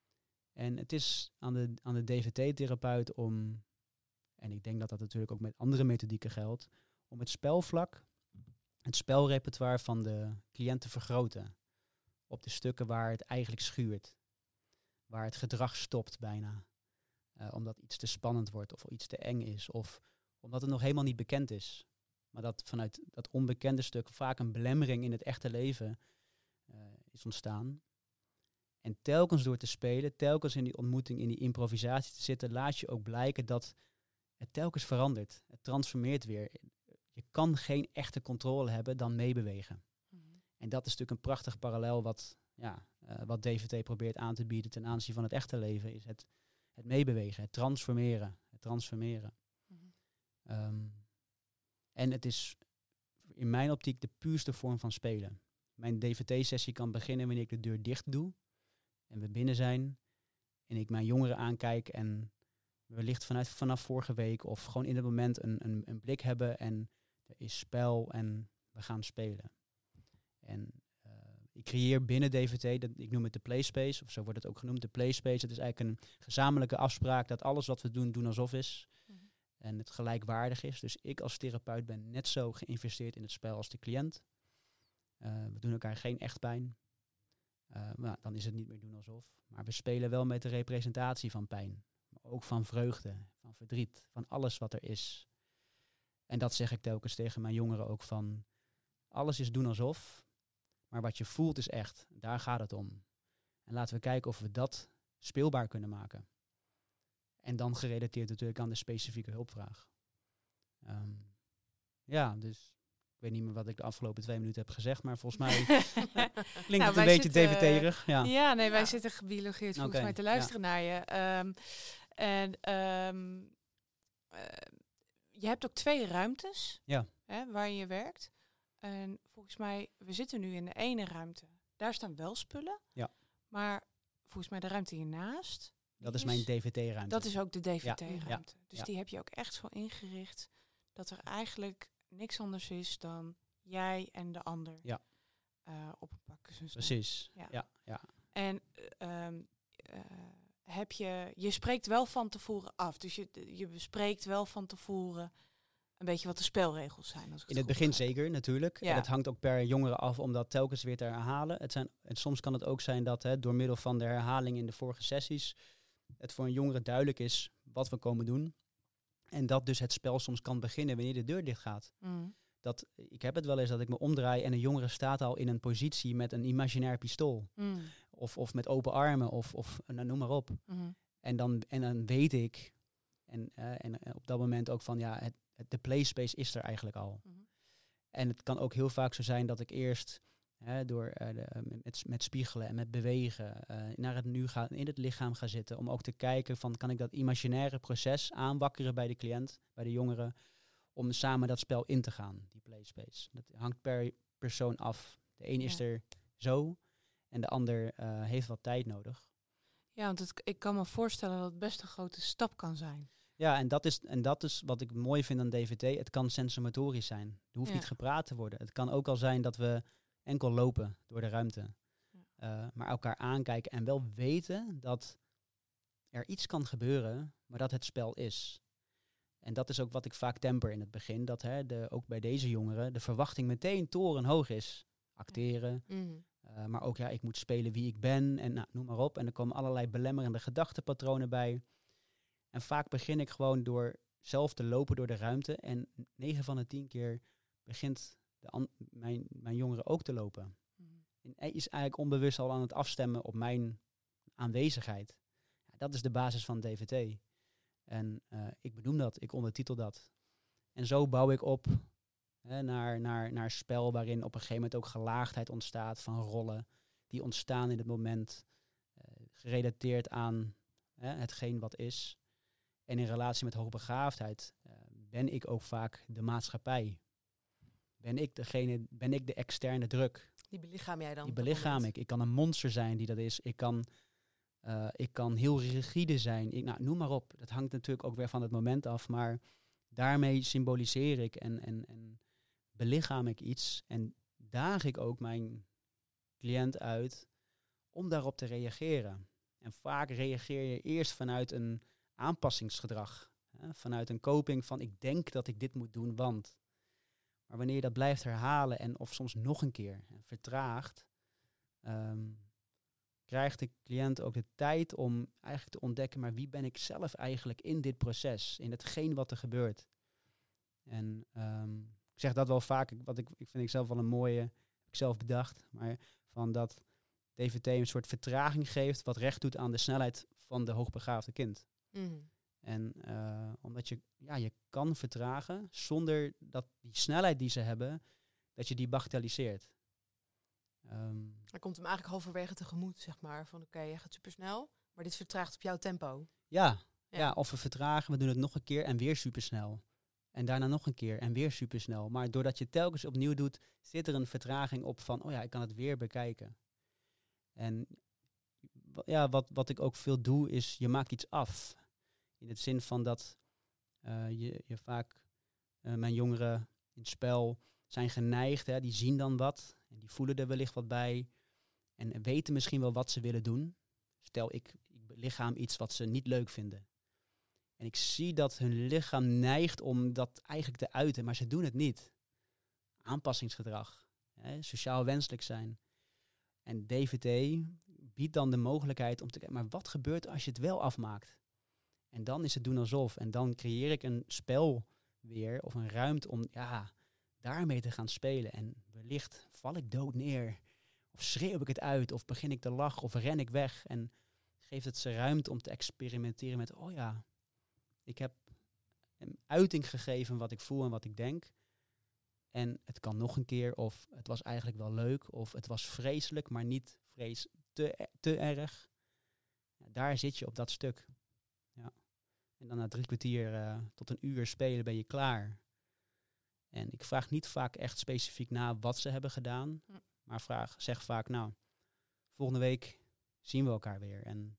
S3: En het is aan de, aan de D V T-therapeut om, en ik denk dat dat natuurlijk ook met andere methodieken geldt, om het spelvlak, het spelrepertoire van de cliënt te vergroten. Op de stukken waar het eigenlijk schuurt. Waar het gedrag stopt bijna. Uh, omdat iets te spannend wordt of iets te eng is. Of omdat het nog helemaal niet bekend is. Maar dat vanuit dat onbekende stuk vaak een belemmering in het echte leven uh, is ontstaan. En telkens door te spelen, telkens in die ontmoeting, in die improvisatie te zitten, laat je ook blijken dat het telkens verandert. Het transformeert weer. Je kan geen echte controle hebben dan meebewegen. Mm-hmm. En dat is natuurlijk een prachtig parallel wat, ja, uh, wat D V T probeert aan te bieden ten aanzien van het echte leven. Is het, het meebewegen, het transformeren. Het transformeren. Mm-hmm. Um, en het is in mijn optiek de puurste vorm van spelen. Mijn D V T-sessie kan beginnen wanneer ik de deur dicht doe. En we binnen zijn. En ik mijn jongeren aankijk en wellicht vanuit vanaf vorige week of gewoon in het moment een, een, een blik hebben en er is spel en we gaan spelen. En uh, ik creëer binnen D V T, dat, ik noem het de playspace, of zo wordt het ook genoemd, de playspace. Het is eigenlijk een gezamenlijke afspraak dat alles wat we doen, doen alsof is. Mm-hmm. En het gelijkwaardig is. Dus ik als therapeut ben net zo geïnvesteerd in het spel als de cliënt. Uh, we doen elkaar geen echt pijn. Uh, nou, dan is het niet meer doen alsof. Maar we spelen wel met de representatie van pijn. Maar ook van vreugde, van verdriet, van alles wat er is. En dat zeg ik telkens tegen mijn jongeren ook van, alles is doen alsof, maar wat je voelt is echt. Daar gaat het om. En laten we kijken of we dat speelbaar kunnen maken. En dan gerelateerd natuurlijk aan de specifieke hulpvraag. Um, ja, dus ik weet niet meer wat ik de afgelopen twee minuten heb gezegd, maar volgens mij klinkt nou, het een beetje D V T-erig. Ja.
S2: ja, nee, wij ja. zitten gebiologeerd volgens okay. mij te luisteren ja. naar je. Um, en um, uh, je hebt ook twee ruimtes
S3: ja.
S2: hè, waar je werkt. En volgens mij, we zitten nu in de ene ruimte. Daar staan wel spullen.
S3: Ja.
S2: Maar volgens mij de ruimte hiernaast.
S3: Dat is, is mijn D V T-ruimte.
S2: Dat is ook de D V T-ruimte.
S3: Ja.
S2: Dus
S3: ja.
S2: die heb je ook echt zo ingericht dat er eigenlijk niks anders is dan jij en de ander
S3: ja.
S2: uh, op een pak kussens.
S3: Precies, ja. ja, ja.
S2: En uh, uh, heb je, je spreekt wel van tevoren af. Dus je, je bespreekt wel van tevoren een beetje wat de spelregels zijn. Als ik
S3: In
S2: het
S3: het begin
S2: begrijp.
S3: zeker, natuurlijk. Ja. En het hangt ook per jongere af om dat telkens weer te herhalen. Het zijn, en soms kan het ook zijn dat hè, door middel van de herhaling in de vorige sessies het voor een jongere duidelijk is wat we komen doen. En dat dus het spel soms kan beginnen wanneer de deur dicht gaat. Mm. Dat, ik heb het wel eens dat ik me omdraai en een jongere staat al in een positie met een imaginair pistool. Mm. Of, of met open armen, of, of nou, noem maar op. Mm. En, dan, en dan weet ik, en, uh, en uh, op dat moment ook van, ja, het, het, de playspace is er eigenlijk al. Mm. En het kan ook heel vaak zo zijn dat ik eerst hè, door uh, de, uh, met, met spiegelen en met bewegen uh, naar het nu gaan, in het lichaam gaan zitten. Om ook te kijken van, kan ik dat imaginaire proces aanwakkeren bij de cliënt, bij de jongeren, om samen dat spel in te gaan, die playspace. Dat hangt per persoon af. De een ja. is er zo. En de ander uh, heeft wat tijd nodig.
S2: Ja, want het, ik kan me voorstellen dat het best een grote stap kan zijn.
S3: Ja, en dat is, en dat is wat ik mooi vind aan D V T. Het kan sensomotorisch zijn. Er hoeft
S2: Ja.
S3: niet gepraat te worden. Het kan ook al zijn dat we enkel lopen door de ruimte. Uh, maar elkaar aankijken en wel weten dat er iets kan gebeuren, maar dat het spel is. En dat is ook wat ik vaak temper in het begin. Dat hè, de, ook bij deze jongeren de verwachting meteen torenhoog is. Acteren.
S2: Mm-hmm.
S3: Uh, maar ook ja, ik moet spelen wie ik ben. En nou, noem maar op. En er komen allerlei belemmerende gedachtenpatronen bij. En vaak begin ik gewoon door zelf te lopen door de ruimte. En negen van de tien keer begint de an- mijn, mijn jongere ook te lopen.
S2: Mm-hmm.
S3: En hij is eigenlijk onbewust al aan het afstemmen op mijn aanwezigheid. Ja, dat is de basis van D V T. En uh, ik benoem dat, ik ondertitel dat. En zo bouw ik op hè, naar, naar, naar spel waarin op een gegeven moment ook gelaagdheid ontstaat van rollen. Die ontstaan in het moment, uh, gerelateerd aan hè, hetgeen wat is. En in relatie met hoogbegaafdheid uh, ben ik ook vaak de maatschappij. Ben ik degene, ben ik de externe druk.
S1: Die belichaam jij dan?
S3: Die belichaam ik. Ik kan een monster zijn die dat is. Ik kan... Uh, ik kan heel rigide zijn. Ik, nou, noem maar op. Dat hangt natuurlijk ook weer van het moment af. Maar daarmee symboliseer ik en, en, en belichaam ik iets. En daag ik ook mijn cliënt uit om daarop te reageren. En vaak reageer je eerst vanuit een aanpassingsgedrag. Hè? Vanuit een coping van ik denk dat ik dit moet doen, want. Maar wanneer je dat blijft herhalen en of soms nog een keer en vertraagt... Um, krijgt de cliënt ook de tijd om eigenlijk te ontdekken, maar wie ben ik zelf eigenlijk in dit proces, in hetgeen wat er gebeurt. En um, ik zeg dat wel vaak, wat ik, ik vind ik zelf wel een mooie, heb ik zelf bedacht, maar van dat D V T een soort vertraging geeft, wat recht doet aan de snelheid van de hoogbegaafde kind.
S1: Mm.
S3: En uh, omdat je, ja, je kan vertragen zonder dat die snelheid die ze hebben, dat je die bagatelliseert. Um,
S1: Hij komt hem eigenlijk halverwege tegemoet, zeg maar. Van oké, okay, je gaat supersnel, maar dit vertraagt op jouw tempo.
S3: Ja, ja. ja, of we vertragen, we doen het nog een keer en weer supersnel. En daarna nog een keer en weer supersnel. Maar doordat je het telkens opnieuw doet, zit er een vertraging op van, oh ja, ik kan het weer bekijken. En ja, wat, wat ik ook veel doe, is je maakt iets af. In het zin van dat uh, je, je vaak, uh, mijn jongeren in het spel zijn geneigd, hè, die zien dan wat. En die voelen er wellicht wat bij. En weten misschien wel wat ze willen doen. Stel, ik, ik belichaam iets wat ze niet leuk vinden. En ik zie dat hun lichaam neigt om dat eigenlijk te uiten, maar ze doen het niet. Aanpassingsgedrag. Hè, sociaal wenselijk zijn. En D V T biedt dan de mogelijkheid om te kijken, maar wat gebeurt als je het wel afmaakt? En dan is het doen alsof. En dan creëer ik een spel weer, of een ruimte om, ja, daarmee te gaan spelen. En wellicht val ik dood neer. Of schreeuw ik het uit. Of begin ik te lachen. Of ren ik weg. En geeft het ze ruimte om te experimenteren met, oh ja, ik heb een uiting gegeven wat ik voel en wat ik denk. En het kan nog een keer. Of het was eigenlijk wel leuk. Of het was vreselijk, maar niet vrees te, te erg. Ja, daar zit je op dat stuk. Ja. En dan na drie kwartier uh, tot een uur spelen ben je klaar. En ik vraag niet vaak echt specifiek na wat ze hebben gedaan. Hm. Maar vraag, zeg vaak, nou, volgende week zien we elkaar weer. En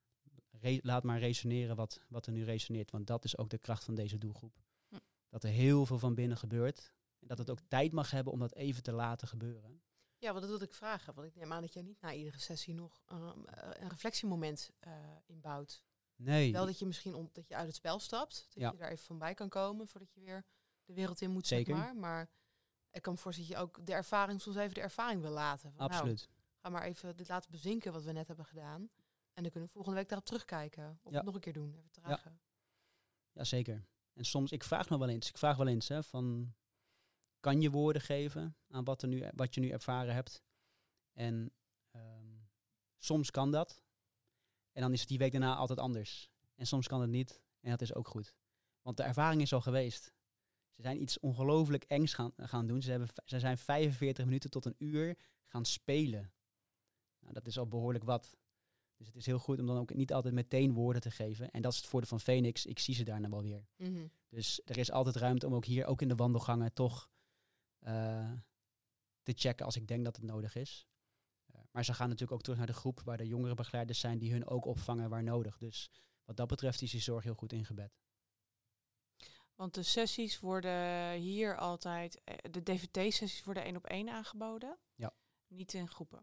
S3: re- laat maar resoneren wat, wat er nu resoneert. Want dat is ook de kracht van deze doelgroep. Hm. Dat er heel veel van binnen gebeurt. En dat het ook tijd mag hebben om dat even te laten gebeuren.
S1: Ja, want dat wilde ik vragen. Want ik neem aan dat jij niet na iedere sessie nog uh, een reflectiemoment uh, inbouwt.
S3: Nee.
S1: Wel dat je misschien on- dat je uit het spel stapt. Dat ja. je daar even van bij kan komen voordat je weer de wereld in moet,
S3: Zeker.
S1: zeg maar. Maar ik kan me voorstellen dat je ook de ervaring, soms even de ervaring wil laten. Van,
S3: Absoluut.
S1: Nou, ga maar even dit laten bezinken wat we net hebben gedaan. En dan kunnen we volgende week daarop terugkijken. Of
S3: ja.
S1: het nog een keer doen, even tragen.
S3: Ja. ja, zeker. En soms, ik vraag nog wel eens, ik vraag wel eens, hè, van, kan je woorden geven aan wat, er nu, wat je nu ervaren hebt? En um, soms kan dat. En dan is het die week daarna altijd anders. En soms kan het niet. En dat is ook goed. Want de ervaring is al geweest. Ze zijn iets ongelooflijk engs gaan, gaan doen. Ze, hebben, ze zijn vijfenveertig minuten tot een uur gaan spelen. Nou, dat is al behoorlijk wat. Dus het is heel goed om dan ook niet altijd meteen woorden te geven. En dat is het voordeel van Phoenix. Ik zie ze daarna wel weer.
S1: Mm-hmm.
S3: Dus er is altijd ruimte om ook hier, ook in de wandelgangen, toch uh, te checken als ik denk dat het nodig is. maar ze gaan natuurlijk ook terug naar de groep waar de jongere begeleiders zijn die hun ook opvangen waar nodig. Dus wat dat betreft is die zorg heel goed ingebed.
S2: Want de sessies worden hier altijd, eh, de D V T-sessies worden één op één aangeboden?
S3: Ja.
S2: Niet in groepen?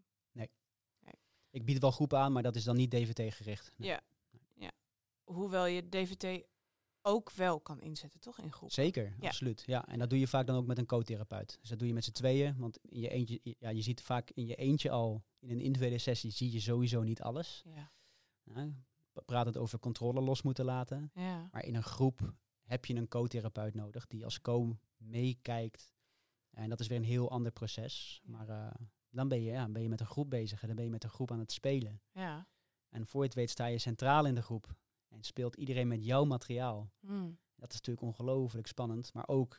S3: Ik bied wel groepen aan, maar dat is dan niet D V T gericht. Nee.
S2: Ja. ja. Hoewel je D V T ook wel kan inzetten, toch, in groepen?
S3: Zeker,
S2: Ja.
S3: absoluut. Ja, en dat doe je vaak dan ook met een co-therapeut. Dus dat doe je met z'n tweeën, want in je eentje, ja, je ziet vaak in je eentje al, in een individuele sessie zie je sowieso niet alles.
S2: Ja.
S3: Ja, we praten het over controle los moeten laten.
S2: Ja.
S3: Maar in een groep heb je een co-therapeut nodig die als co meekijkt. En dat is weer een heel ander proces.
S2: Ja.
S3: Maar uh, dan ben je, ja, ben je met een groep bezig en dan ben je met een groep aan het spelen.
S2: Ja.
S3: En voor je het weet sta je centraal in de groep. En speelt iedereen met jouw materiaal.
S2: Mm.
S3: Dat is natuurlijk ongelooflijk spannend. Maar ook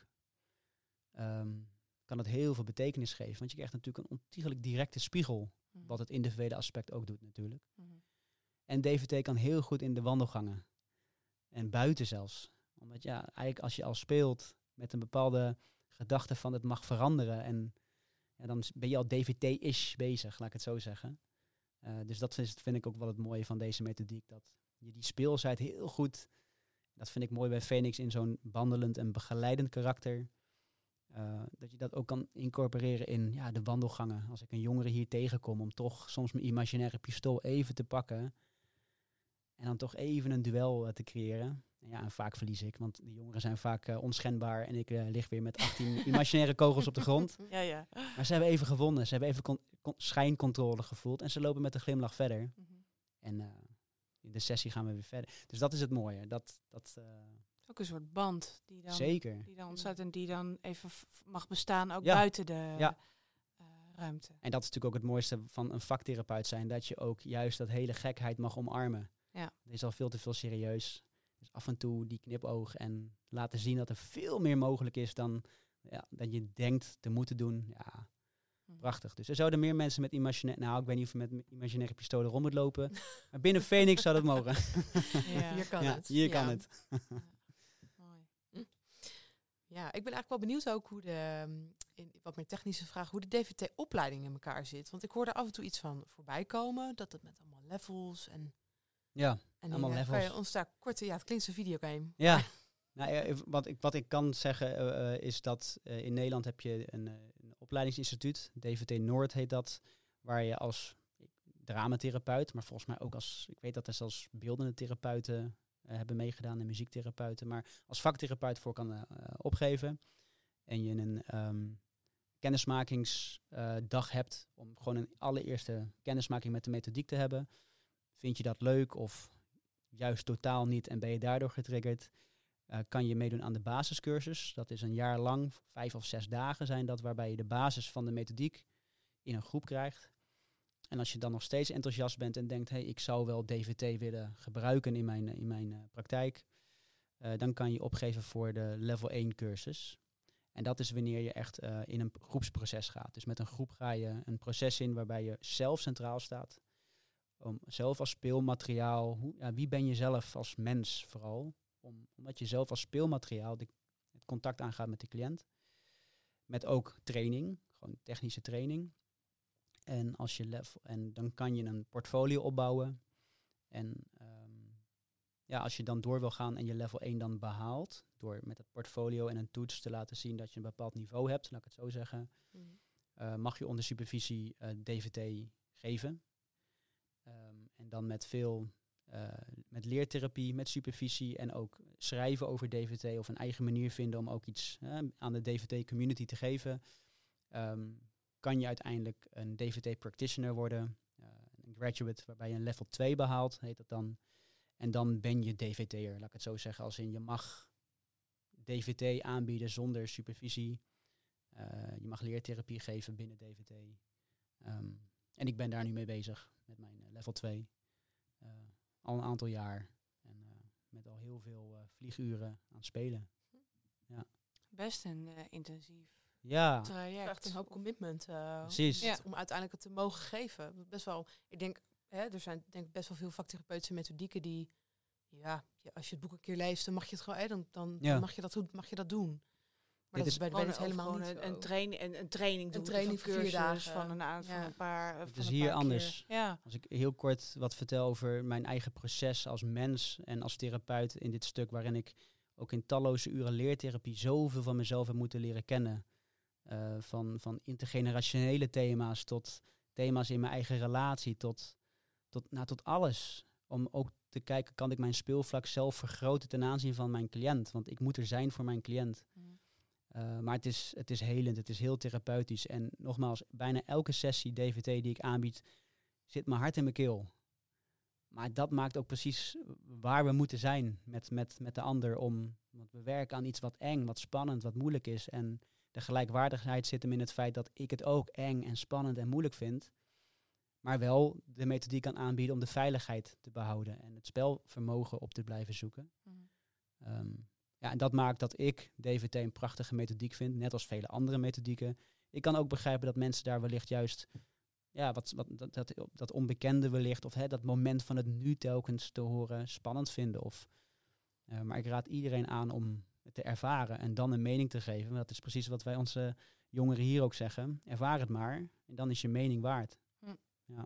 S3: um, kan het heel veel betekenis geven. Want je krijgt natuurlijk een ontiegelijk directe spiegel.
S2: Mm.
S3: Wat het individuele aspect ook doet natuurlijk.
S2: Mm.
S3: En D V T kan heel goed in de wandelgangen. En buiten zelfs. Omdat ja, eigenlijk als je al speelt met een bepaalde gedachte van het mag veranderen. En ja, dan ben je al D V T-ish bezig, laat ik het zo zeggen. Uh, dus dat is, vind ik ook wel het mooie van deze methodiek. Dat je die speelsheid heel goed... Dat vind ik mooi bij Phoenix in zo'n wandelend en begeleidend karakter. Uh, dat je dat ook kan incorporeren in ja, de wandelgangen. Als ik een jongere hier tegenkom om toch soms mijn imaginaire pistool even te pakken. En dan toch even een duel uh, te creëren. En ja, en vaak verlies ik, want de jongeren zijn vaak uh, onschendbaar. En ik uh, lig weer met achttien imaginaire kogels op de grond.
S2: Ja, ja.
S3: Maar ze hebben even gewonnen. Ze hebben even con- con- schijncontrole gevoeld. En ze lopen met een glimlach verder.
S2: Mm-hmm.
S3: En uh, in de sessie gaan we weer verder. Dus dat is het mooie. Dat, dat, uh,
S2: ook een soort band die dan,
S3: zeker.
S2: Die dan ontstaat en die dan even f- mag bestaan, ook
S3: ja.
S2: buiten de
S3: ja.
S2: uh, ruimte.
S3: En dat is natuurlijk ook het mooiste van een vaktherapeut zijn. Dat je ook juist dat hele gekheid mag omarmen.
S2: Ja.
S3: Het is al veel te veel serieus. Dus af en toe die knipoog en laten zien dat er veel meer mogelijk is dan, ja, dan je denkt te moeten doen. Ja, hm. prachtig. Dus er zouden meer mensen met imaginaire... Nou, ik weet niet of je met imaginaire pistolen rond moet lopen. Maar binnen Phoenix zou dat mogen.
S1: Ja. Hier kan
S3: ja,
S1: het.
S3: Hier
S1: ja.
S3: kan het.
S1: Mooi. Hm. Ja, ik ben eigenlijk wel benieuwd ook hoe de, in wat meer technische vragen, hoe de D V T-opleiding in elkaar zit. Want ik hoorde af en toe iets van voorbij komen, dat het met allemaal levels en...
S3: Ja,
S1: en
S3: allemaal
S1: die,
S3: levels.
S1: Kan je ons daar kort, ja, het klinkt een videogame.
S3: Ja, nou, wat, ik, wat ik kan zeggen uh, is dat uh, in Nederland heb je een, een opleidingsinstituut, D V T Noord heet dat, waar je als dramatherapeut, maar volgens mij ook als, ik weet dat er zelfs beeldende therapeuten uh, hebben meegedaan en muziektherapeuten, maar als vaktherapeut voor kan uh, opgeven. En je een um, kennismakingsdag uh, hebt om gewoon een allereerste kennismaking met de methodiek te hebben. Vind je dat leuk of juist totaal niet en ben je daardoor getriggerd? Uh, kan je meedoen aan de basiscursus. Dat is een jaar lang, vijf of zes dagen zijn dat, waarbij je de basis van de methodiek in een groep krijgt. En als je dan nog steeds enthousiast bent en denkt, hey, ik zou wel D V T willen gebruiken in mijn, in mijn uh, praktijk, uh, dan kan je opgeven voor de level één cursus. En dat is wanneer je echt uh, in een groepsproces gaat. Dus met een groep ga je een proces in waarbij je zelf centraal staat. Om zelf als speelmateriaal, hoe, ja, wie ben je zelf als mens vooral? Om, omdat je zelf als speelmateriaal de, het contact aangaat met de cliënt. Met ook training, gewoon technische training. En, als je level, en dan kan je een portfolio opbouwen. En um, ja, als je dan door wil gaan en je level één dan behaalt, door met het portfolio en een toets te laten zien dat je een bepaald niveau hebt, laat ik het zo zeggen, mm. uh, mag je onder supervisie uh, D V T geven. Um, en dan met veel, uh, met leertherapie, met supervisie en ook schrijven over D V T of een eigen manier vinden om ook iets uh, aan de D V T-community te geven. Um, kan je uiteindelijk een D V T-practitioner worden, uh, een graduate waarbij je een level twee behaalt, heet dat dan. En dan ben je D V T'er, laat ik het zo zeggen, als in je mag D V T aanbieden zonder supervisie. Uh, je mag leertherapie geven binnen D V T. Um, en ik ben daar nu mee bezig met mijn uh, level twee. Uh, al een aantal jaar. En uh, met al heel veel uh, vlieguren aan het spelen. Ja.
S2: Best een uh, intensief
S3: ja.
S2: traject.
S1: Echt een hoop commitment. Uh,
S3: Precies.
S1: Ja. Om uiteindelijk het te mogen geven. Best wel, ik denk, hè, er zijn denk ik best wel veel vaktherapeutische methodieken die, ja, ja, als je het boek een keer leest, dan mag je het gewoon, hè, dan, dan,
S3: ja.
S1: dan mag je dat, mag je dat doen. Maar
S3: dit
S1: dat is bij de
S2: Gewoon
S1: baby's
S2: een-
S1: helemaal
S2: gewoon
S1: niet
S2: een,
S1: zo.
S2: een, train, een, een training doen.
S1: Een training voor vier dagen.
S2: Van een, aan- van
S1: Ja.
S2: een paar
S3: Het
S2: van
S3: is
S2: een
S3: hier
S2: paar
S3: anders.
S2: keer. Ja.
S3: Als ik heel kort wat vertel over mijn eigen proces als mens en als therapeut in dit stuk, waarin ik ook in talloze uren leertherapie zoveel van mezelf heb moeten leren kennen. Uh, van, van intergenerationele thema's tot thema's in mijn eigen relatie, tot, tot, nou, tot alles. Om ook te kijken, kan ik mijn speelvlak zelf vergroten ten aanzien van mijn cliënt? Want ik moet er zijn voor mijn cliënt.
S2: Mm.
S3: Uh, maar het is, het is helend, het is heel therapeutisch. En nogmaals, bijna elke sessie D V T die ik aanbied, zit mijn hart in mijn keel. Maar dat maakt ook precies waar we moeten zijn met, met, met de ander. Om, want we werken aan iets wat eng, wat spannend, wat moeilijk is. En de gelijkwaardigheid zit hem in het feit dat ik het ook eng en spannend en moeilijk vind. Maar wel de methodiek kan aanbieden om de veiligheid te behouden. En het spelvermogen op te blijven zoeken. Mm. Um, ja, en dat maakt dat ik D V T een prachtige methodiek vind. Net als vele andere methodieken. Ik kan ook begrijpen dat mensen daar wellicht juist... Ja, wat, wat, dat, dat, dat onbekende wellicht, of hè, dat moment van het nu telkens te horen spannend vinden. Of, uh, maar ik raad iedereen aan om het te ervaren en dan een mening te geven. Dat is precies wat wij onze jongeren hier ook zeggen. Ervaar het maar en dan is je mening waard.
S2: Hm.
S3: Ja.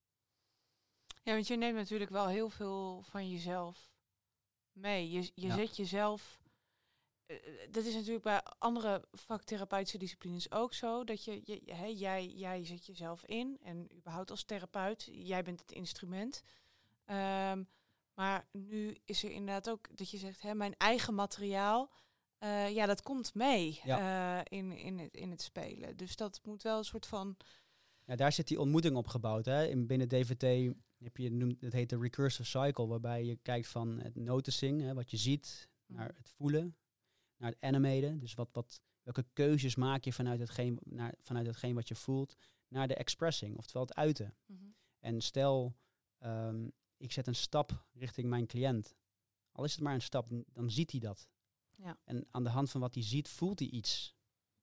S2: Ja, want je neemt natuurlijk wel heel veel van jezelf mee. Je, je
S3: ja.
S2: zet jezelf... Uh, dat is natuurlijk bij andere vaktherapeutische disciplines ook zo. Dat je, je he, jij, jij zet jezelf in. En überhaupt als therapeut, jij bent het instrument. Um, maar nu is er inderdaad ook dat je zegt, hè, mijn eigen materiaal, uh, ja, dat komt mee ja. uh, in, in, het, in het spelen. Dus dat moet wel een soort van...
S3: Ja, daar zit die ontmoeting op gebouwd. Hè. In, binnen D V T heb je, dat heet de recursive cycle, waarbij je kijkt van het noticing, hè, wat je ziet, mm. naar het voelen, naar het animaten. Dus wat, wat, welke keuzes maak je vanuit hetgeen, naar, vanuit hetgeen wat je voelt, naar de expressing, oftewel het uiten. Mm-hmm. En stel, um, ik zet een stap richting mijn cliënt. Al is het maar een stap, dan ziet hij dat.
S2: Ja.
S3: En aan de hand van wat hij ziet, voelt hij iets.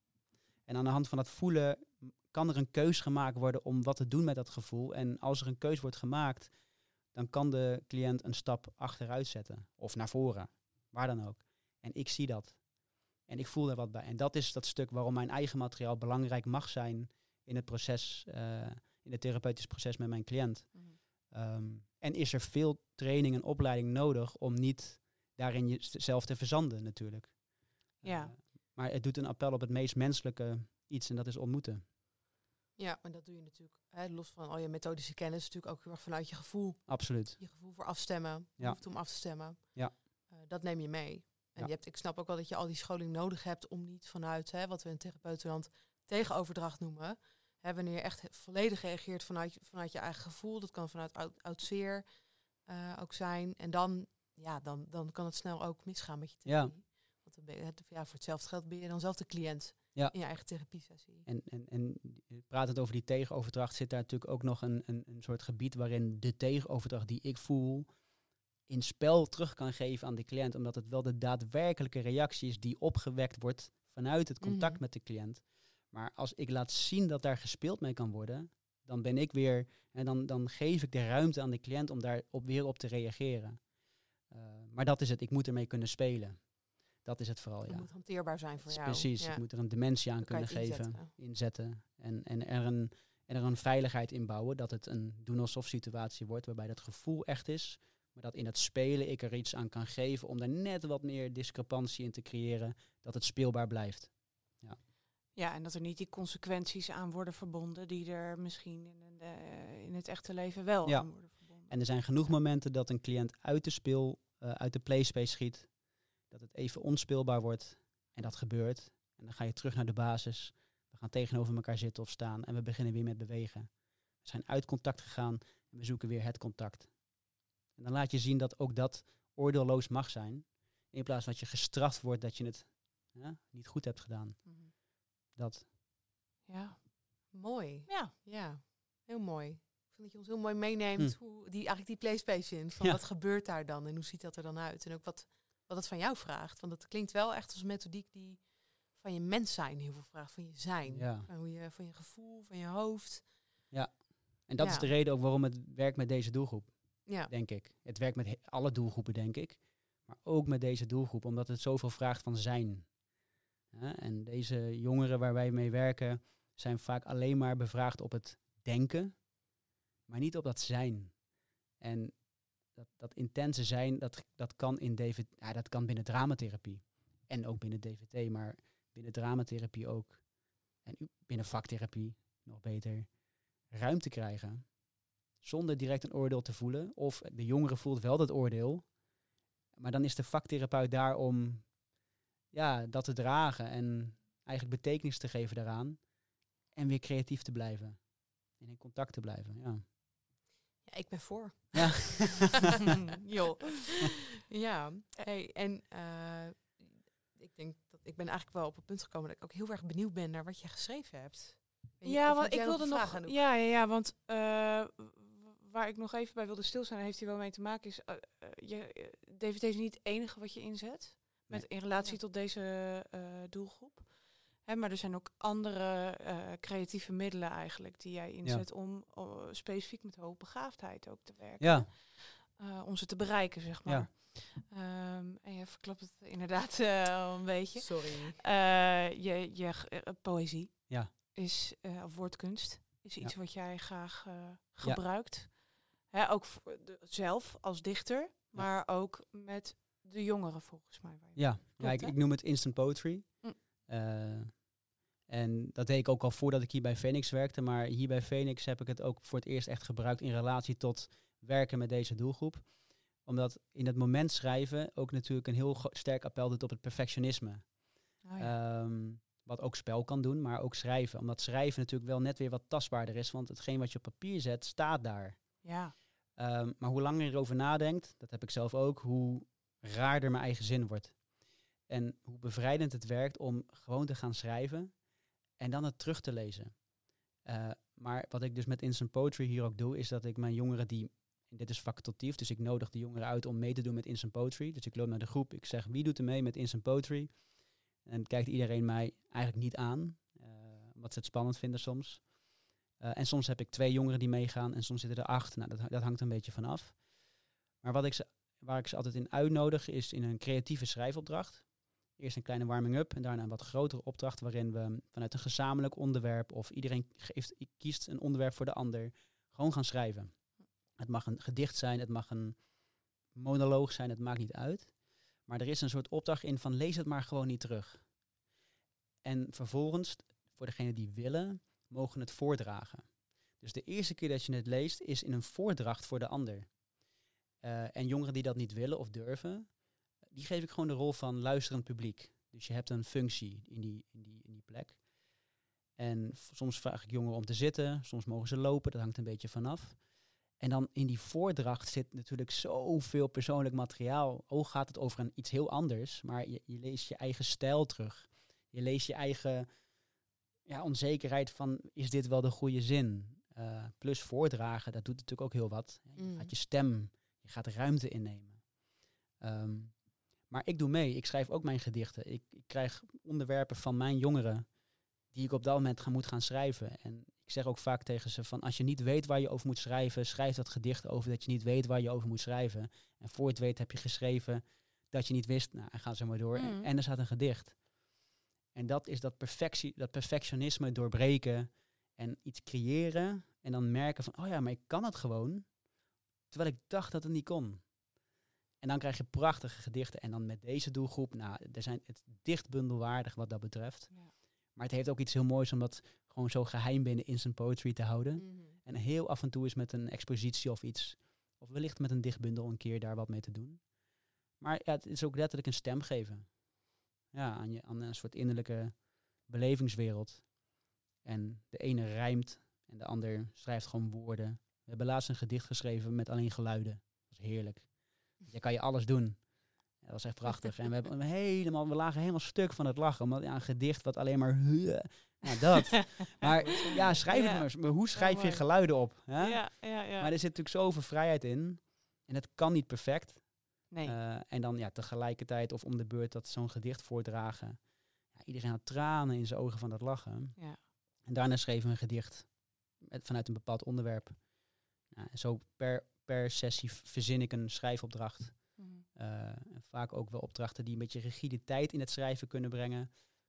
S3: En aan de hand van dat voelen kan er een keus gemaakt worden om wat te doen met dat gevoel. En als er een keus wordt gemaakt, dan kan de cliënt een stap achteruit zetten. Of naar voren, waar dan ook. En ik zie dat. En ik voel er wat bij. En dat is dat stuk waarom mijn eigen materiaal belangrijk mag zijn in het proces, uh, in het therapeutisch proces met mijn cliënt. Mm-hmm. Um, en is er veel training en opleiding nodig om niet daarin jezelf te verzanden natuurlijk.
S2: Ja.
S3: Uh, maar het doet een appel op het meest menselijke iets en dat is ontmoeten.
S1: Ja, maar dat doe je natuurlijk, hè, los van al je methodische kennis, natuurlijk ook heel erg vanuit je gevoel.
S3: Absoluut.
S1: Je gevoel voor afstemmen, je
S3: ja.
S1: hoeft om af te stemmen.
S3: Ja.
S1: Uh, dat neem je mee. En
S3: ja.
S1: je hebt, ik snap ook wel dat je al die scholing nodig hebt om niet vanuit, hè, wat we in therapeutenland tegenoverdracht noemen, hè, wanneer je echt volledig reageert vanuit, vanuit je eigen gevoel. Dat kan vanuit oud, oud zeer uh, ook zijn. En dan, ja, dan, dan kan het snel ook misgaan met je therapie.
S3: Ja.
S1: Want dan ben je, ja, voor hetzelfde geld ben je dan zelf de cliënt.
S3: Ja.
S1: In je eigen therapiesessie.
S3: En, en, en pratend over die tegenoverdracht zit daar natuurlijk ook nog een, een, een soort gebied waarin de tegenoverdracht die ik voel in spel terug kan geven aan de cliënt. Omdat het wel de daadwerkelijke reactie is die opgewekt wordt vanuit het contact mm-hmm. met de cliënt. Maar als ik laat zien dat daar gespeeld mee kan worden, dan ben ik weer, en dan, dan geef ik de ruimte aan de cliënt om daar op, weer op te reageren. Uh, maar dat is het, ik moet ermee kunnen spelen. Dat is het vooral, ja.
S1: Het moet hanteerbaar zijn voor jou.
S3: Precies,
S1: ja.
S3: ik moet er een dimensie aan dan kunnen geven, inzetten, inzetten en, en, er een, en er een veiligheid in bouwen, dat het een doen-alsof situatie wordt, waarbij dat gevoel echt is, maar dat in het spelen ik er iets aan kan geven om daar net wat meer discrepantie in te creëren, dat het speelbaar blijft. Ja,
S2: ja en dat er niet die consequenties aan worden verbonden die er misschien in, de, in het echte leven wel
S3: ja.
S2: aan worden verbonden.
S3: En er zijn genoeg momenten dat een cliënt uit de speel, uh, uit de playspace schiet, dat het even onspeelbaar wordt en dat gebeurt. En dan ga je terug naar de basis. We gaan tegenover elkaar zitten of staan en we beginnen weer met bewegen. We zijn uit contact gegaan en we zoeken weer het contact. En dan laat je zien dat ook dat oordeelloos mag zijn. In plaats van dat je gestraft wordt dat je het ja, niet goed hebt gedaan. Mm-hmm. Dat.
S1: Ja, mooi.
S2: Ja.
S1: Ja, heel mooi. Ik vind dat je ons heel mooi meeneemt hm. hoe die, eigenlijk die playspace in. Van ja. Wat gebeurt daar dan en hoe ziet dat er dan uit? En ook wat... wat het van jou vraagt. Want het klinkt wel echt als een methodiek die van je mens zijn heel veel vraagt. Van je zijn.
S3: Ja.
S1: Van, hoe je, van je gevoel, van je hoofd.
S3: Ja, en dat ja. is de reden ook waarom het werkt met deze doelgroep. Ja. Denk ik. Het werkt met he- alle doelgroepen, denk ik. Maar ook met deze doelgroep, omdat het zoveel vraagt van zijn. Hè? En deze jongeren waar wij mee werken zijn vaak alleen maar bevraagd op het denken, maar niet op dat zijn. En dat, dat intense zijn, dat, dat, kan in D V T, ja, dat kan binnen dramatherapie. En ook binnen D V T, maar binnen dramatherapie ook. En binnen vaktherapie, nog beter, ruimte krijgen. Zonder direct een oordeel te voelen. Of de jongere voelt wel dat oordeel. Maar dan is de vaktherapeut daar om ja, dat te dragen. En eigenlijk betekenis te geven daaraan. En weer creatief te blijven. En in contact te blijven, ja.
S1: Ja, ik ben voor.
S3: Ja.
S1: Joh. Ja. Hey, en uh, ik denk dat ik ben eigenlijk wel op het punt gekomen dat ik ook heel erg benieuwd ben naar wat je geschreven hebt. Je,
S2: ja, want ik wilde nog.
S1: nog
S2: Ja, ja, ja, want uh, waar ik nog even bij wilde stilstaan, heeft hier wel mee te maken, is uh, uh, je, D V T is niet het enige wat je inzet met nee. in relatie ja. tot deze uh, doelgroep. Hè, maar er zijn ook andere uh, creatieve middelen eigenlijk die jij inzet ja. om uh, specifiek met hoogbegaafdheid ook te werken.
S3: Ja.
S2: Uh, om ze te bereiken, zeg maar. Ja. Um, en je verklapt het inderdaad uh, al een beetje.
S1: Sorry.
S2: Uh, je je uh, poëzie
S3: ja.
S2: is, uh, of woordkunst, is iets ja. wat jij graag uh, gebruikt.
S3: Ja.
S2: Hè, ook voor de, zelf als dichter, ja. maar ook met de jongeren volgens mij.
S3: Ja, Klopt, ja ik, ik noem het instant poetry. Mm. Uh, en dat deed ik ook al voordat ik hier bij Phoenix werkte. Maar hier bij Phoenix heb ik het ook voor het eerst echt gebruikt in relatie tot werken met deze doelgroep. Omdat in het moment schrijven ook natuurlijk een heel go- sterk appel doet op het perfectionisme. Oh ja. um, wat ook spel kan doen, maar ook schrijven. Omdat schrijven natuurlijk wel net weer wat tastbaarder is. Want hetgeen wat je op papier zet, staat daar.
S2: Ja.
S3: Um, maar hoe langer je erover nadenkt, dat heb ik zelf ook, hoe raarder mijn eigen zin wordt. En hoe bevrijdend het werkt om gewoon te gaan schrijven en dan het terug te lezen. Uh, maar wat ik dus met Instant Poetry hier ook doe, is dat ik mijn jongeren die... En dit is facultatief, dus ik nodig de jongeren uit om mee te doen met Instant Poetry. Dus ik loop naar de groep, ik zeg wie doet er mee met Instant Poetry? En dan kijkt iedereen mij eigenlijk niet aan, uh, omdat ze het spannend vinden soms. Uh, en soms heb ik twee jongeren die meegaan en soms zitten er acht. Nou, dat, dat hangt een beetje vanaf. Maar wat ik ze, waar ik ze altijd in uitnodig is in een creatieve schrijfopdracht. Eerst een kleine warming-up en daarna een wat grotere opdracht waarin we vanuit een gezamenlijk onderwerp of iedereen geeft, kiest een onderwerp voor de ander, gewoon gaan schrijven. Het mag een gedicht zijn, het mag een monoloog zijn, het maakt niet uit. Maar er is een soort opdracht in van lees het maar gewoon niet terug. En vervolgens, voor degenen die willen, mogen het voordragen. Dus de eerste keer dat je het leest is in een voordracht voor de ander. Uh, en jongeren die dat niet willen of durven, die geef ik gewoon de rol van luisterend publiek. Dus je hebt een functie in die, in die, in die plek. En f- soms vraag ik jongeren om te zitten, soms mogen ze lopen, dat hangt een beetje vanaf. En dan in die voordracht zit natuurlijk zoveel persoonlijk materiaal. Ook gaat het over een, iets heel anders, maar je, je leest je eigen stijl terug. Je leest je eigen ja, onzekerheid van, is dit wel de goede zin? Uh, plus voordragen, dat doet natuurlijk ook heel wat. Je mm. gaat je stem, je gaat ruimte innemen. Um, maar ik doe mee, ik schrijf ook mijn gedichten. Ik, ik krijg onderwerpen van mijn jongeren die ik op dat moment ga, moet gaan schrijven. En ik zeg ook vaak tegen ze van, als je niet weet waar je over moet schrijven, schrijf dat gedicht over dat je niet weet waar je over moet schrijven. En voor je het weet heb je geschreven dat je niet wist, nou, en gaan ze maar door. Mm. En, en er staat een gedicht. En dat is dat, perfectie, dat perfectionisme doorbreken en iets creëren en dan merken van, oh ja, maar ik kan het gewoon, terwijl ik dacht dat het niet kon. En dan krijg je prachtige gedichten. En dan met deze doelgroep, nou, er zijn het dicht bundelwaardig wat dat betreft. Ja. Maar het heeft ook iets heel moois om dat gewoon zo geheim binnen Instant Poetry te houden. Mm-hmm. En heel af en toe is met een expositie of iets, of wellicht met een dichtbundel een keer daar wat mee te doen. Maar ja, het is ook letterlijk een stem geven. Ja, aan, je, aan een soort innerlijke belevingswereld. En de ene rijmt en de ander schrijft gewoon woorden. We hebben laatst een gedicht geschreven met alleen geluiden. Dat is heerlijk. Je kan je alles doen. Ja, dat is echt prachtig. En we, hebben helemaal, we lagen helemaal stuk van het lachen. Omdat ja, een gedicht wat alleen maar... Nou, dat. Maar ja, schrijf ja. het maar. Maar hoe schrijf je geluiden op? Hè?
S2: Ja, ja, ja.
S3: Maar er zit natuurlijk zoveel vrijheid in. En het kan niet perfect.
S2: Nee.
S3: Uh, en dan ja, tegelijkertijd of om de beurt dat zo'n gedicht voordragen. Ja, iedereen had tranen in zijn ogen van dat lachen.
S2: Ja.
S3: En daarna schreven we een gedicht. Met, vanuit een bepaald onderwerp. Nou, zo per... Per sessie verzin ik een schrijfopdracht. Mm. Uh, en vaak ook wel opdrachten die een beetje rigiditeit in het schrijven kunnen brengen.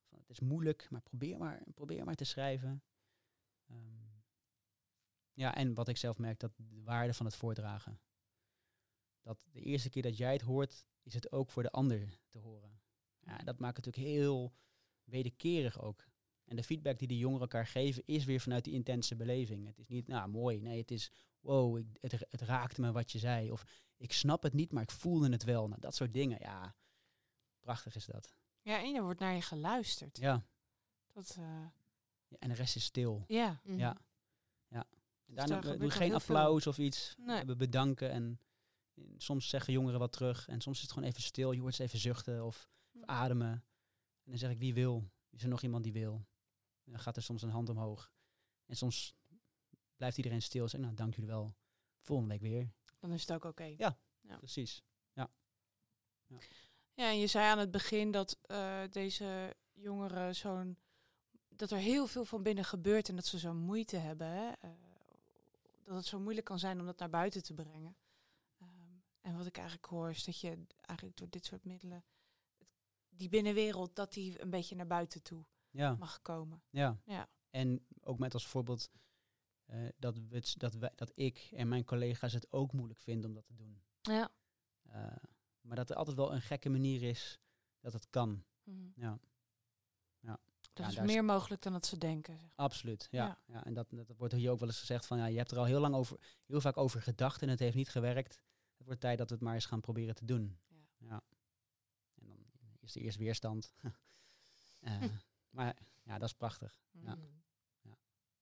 S3: van, het is moeilijk, maar probeer maar, probeer maar te schrijven. Um, ja, en wat ik zelf merk, dat de waarde van het voordragen. Dat de eerste keer dat jij het hoort, is het ook voor de ander te horen. Ja, dat maakt het natuurlijk heel wederkerig ook. En de feedback die de jongeren elkaar geven, is weer vanuit die intense beleving. Het is niet, nou mooi, nee, het is, wow, ik, het, het raakte me wat je zei. Of ik snap het niet, maar ik voelde het wel. Nou, dat soort dingen, ja, prachtig is dat.
S2: Ja, en er wordt naar je geluisterd.
S3: Ja.
S2: Dat, uh...
S3: ja en de rest is stil.
S2: Ja.
S3: Mm-hmm. Ja. ja. En
S2: dus
S3: daarna doe je geen applaus veel. Of iets.
S2: Nee.
S3: We bedanken en soms zeggen jongeren wat terug. En soms is het gewoon even stil. Je hoort ze even zuchten of, of ademen. En dan zeg ik, wie wil? Is er nog iemand die wil? En dan gaat er soms een hand omhoog. En soms blijft iedereen stil. En zegt, nou, dank jullie wel. Volgende week weer.
S2: Dan is het ook oké. Okay.
S3: Ja, ja, precies. Ja.
S2: Ja. Ja, en je zei aan het begin dat uh, deze jongeren zo'n... dat er heel veel van binnen gebeurt en dat ze zo'n moeite hebben. Hè? Uh, dat het zo moeilijk kan zijn om dat naar buiten te brengen. Um, en wat ik eigenlijk hoor is dat je eigenlijk door dit soort middelen... die binnenwereld, dat die een beetje naar buiten toe
S3: ja.
S2: mag komen.
S3: Ja.
S2: ja,
S3: en ook met als voorbeeld uh, dat, we het, dat, wij, dat ik en mijn collega's het ook moeilijk vinden om dat te doen.
S2: Ja.
S3: Uh, maar dat er altijd wel een gekke manier is dat het kan.
S2: Mm.
S3: Ja. Ja.
S2: Dat
S3: ja,
S2: is meer is meer dan dat ze denken. Zeg maar.
S3: Absoluut, ja.
S2: ja.
S3: ja en dat, dat wordt hier ook wel eens gezegd van, ja, je hebt er al heel lang over, heel vaak over gedacht en het heeft niet gewerkt. Het wordt tijd dat we het maar eens gaan proberen te doen.
S2: Ja.
S3: Ja. En dan is er eerst weerstand. uh, maar ja, dat is prachtig. Mm. Ja.
S2: Ja.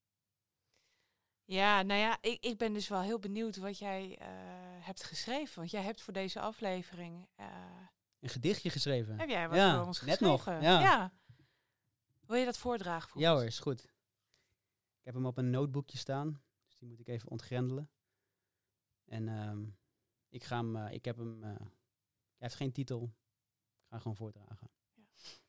S2: Ja, nou ja, ik, ik ben dus wel heel benieuwd wat jij uh, hebt geschreven. Want jij hebt voor deze aflevering... Uh,
S3: een gedichtje geschreven.
S2: Heb jij wat
S3: ja,
S2: voor ons
S3: net
S2: geschreven?
S3: nog. Ja.
S2: ja. Wil je dat voordragen voor
S3: ja,
S2: ons?
S3: Ja hoor, is goed. Ik heb hem op een notebookje staan. Dus die moet ik even ontgrendelen. En um, ik ga hem... Uh, ik heb hem... Uh, hij heeft geen titel. Ik ga gewoon voordragen. Ja.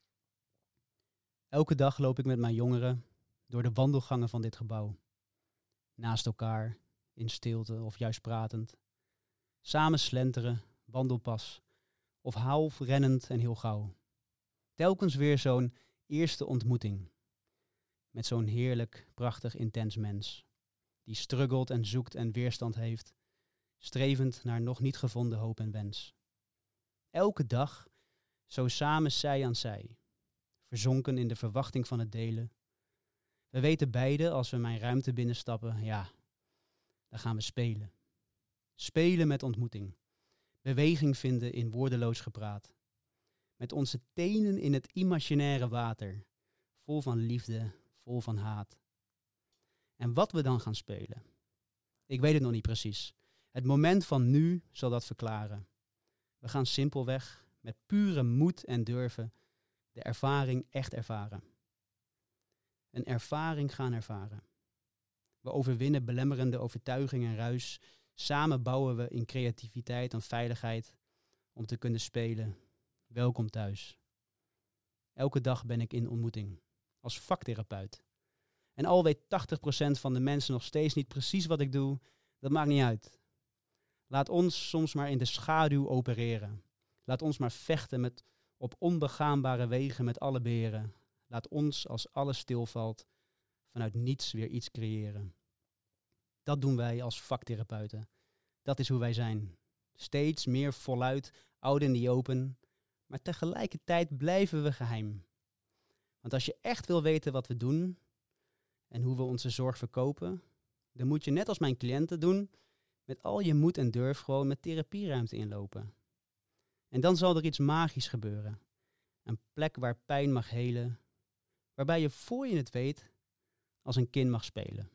S3: Elke dag loop ik met mijn jongeren door de wandelgangen van dit gebouw. Naast elkaar, in stilte of juist pratend. Samen slenteren, wandelpas. Of half rennend en heel gauw. Telkens weer zo'n eerste ontmoeting. Met zo'n heerlijk, prachtig, intens mens. Die struggelt en zoekt en weerstand heeft. Strevend naar nog niet gevonden hoop en wens. Elke dag, zo samen zij aan zij. Verzonken in de verwachting van het delen. We weten beide, als we mijn ruimte binnenstappen, ja, dan gaan we spelen. Spelen met ontmoeting. Beweging vinden in woordeloos gepraat. Met onze tenen in het imaginaire water. Vol van liefde, vol van haat. En wat we dan gaan spelen? Ik weet het nog niet precies. Het moment van nu zal dat verklaren. We gaan simpelweg, met pure moed en durven, de ervaring echt ervaren. Een ervaring gaan ervaren. We overwinnen belemmerende overtuiging en ruis. Samen bouwen we in creativiteit en veiligheid om te kunnen spelen. Welkom thuis. Elke dag ben ik in ontmoeting. Als vaktherapeut. En al weet tachtig procent van de mensen nog steeds niet precies wat ik doe. Dat maakt niet uit. Laat ons soms maar in de schaduw opereren. Laat ons maar vechten met, op onbegaanbare wegen met alle beren. Laat ons, als alles stilvalt, vanuit niets weer iets creëren. Dat doen wij als vaktherapeuten. Dat is hoe wij zijn. Steeds meer voluit, out in the open. Maar tegelijkertijd blijven we geheim. Want als je echt wil weten wat we doen en hoe we onze zorg verkopen, dan moet je net als mijn cliënten doen, met al je moed en durf gewoon met therapieruimte inlopen. En dan zal er iets magisch gebeuren. Een plek waar pijn mag helen, waarbij je voor je het weet als een kind mag spelen.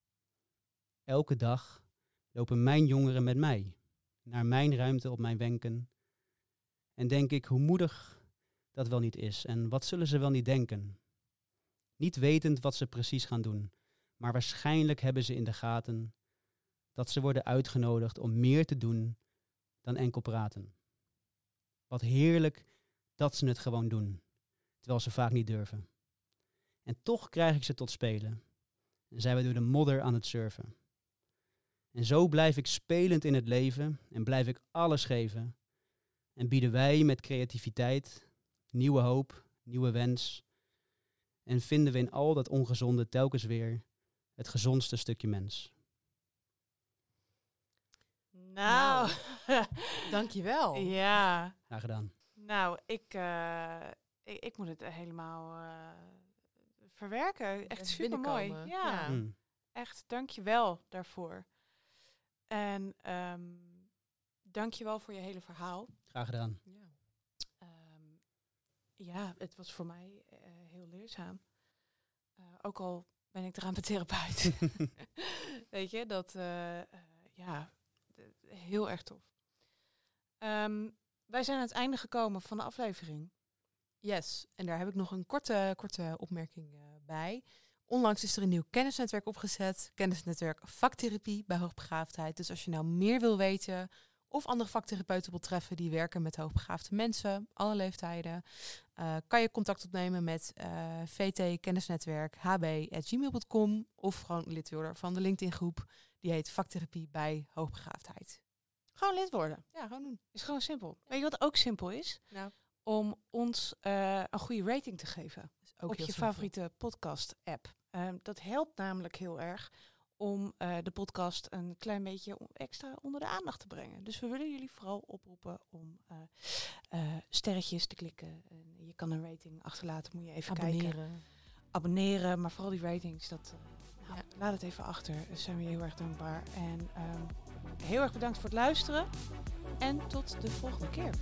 S3: Elke dag lopen mijn jongeren met mij naar mijn ruimte op mijn wenken. En denk ik hoe moedig dat wel niet is en wat zullen ze wel niet denken. Niet wetend wat ze precies gaan doen, maar waarschijnlijk hebben ze in de gaten dat ze worden uitgenodigd om meer te doen dan enkel praten. Wat heerlijk dat ze het gewoon doen, terwijl ze vaak niet durven. En toch krijg ik ze tot spelen. En zijn we door de modder aan het surfen. En zo blijf ik spelend in het leven en blijf ik alles geven. En bieden wij met creativiteit, nieuwe hoop, nieuwe wens, En vinden we in al dat ongezonde telkens weer het gezondste stukje mens.
S2: Nou,
S1: Dankjewel.
S2: ja.
S3: Graag gedaan.
S2: Nou, ik, uh, ik, ik moet het helemaal uh, verwerken. Echt
S1: Even
S2: super mooi.
S1: binnenkomen.
S2: Ja,
S1: Ja.
S3: Mm.
S2: echt dankjewel daarvoor. En um, dankjewel voor je hele verhaal.
S3: Graag gedaan.
S1: Ja.
S2: Um, ja, het was voor mij uh, heel leerzaam. Uh, ook al ben ik dramatherapeut. Weet je, dat uh, uh, ja, d- heel erg tof. Um, wij zijn aan het einde gekomen van de aflevering.
S1: Yes, en daar heb ik nog een korte, korte opmerking uh, bij. Onlangs is er een nieuw kennisnetwerk opgezet. Kennisnetwerk vaktherapie bij hoogbegaafdheid. Dus als je nou meer wil weten of andere vaktherapeuten wil treffen die werken met hoogbegaafde mensen, alle leeftijden, uh, kan je contact opnemen met uh, v t kennisnetwerk h b at gmail dot com of gewoon lid worden van de LinkedIn groep. Die heet Vaktherapie bij hoogbegaafdheid.
S2: Gewoon lid worden.
S1: Ja, gewoon doen.
S2: Is gewoon simpel. Weet je wat ook simpel is?
S1: Nou,
S2: Om ons uh, een goede rating te geven.
S1: ook
S2: op
S1: heel
S2: je
S1: simpel.
S2: favoriete podcast-app. Um, dat helpt namelijk heel erg om uh, de podcast een klein beetje extra onder de aandacht te brengen. Dus we willen jullie vooral oproepen om uh, uh, sterretjes te klikken. En je kan een rating achterlaten, moet je even
S1: Abonneren.
S2: kijken. Abonneren, maar vooral die ratings, dat, uh, nou,
S1: Ja.
S2: laat het even achter. Daar zijn we je heel erg dankbaar. En um, heel erg bedankt voor het luisteren. En tot de volgende keer.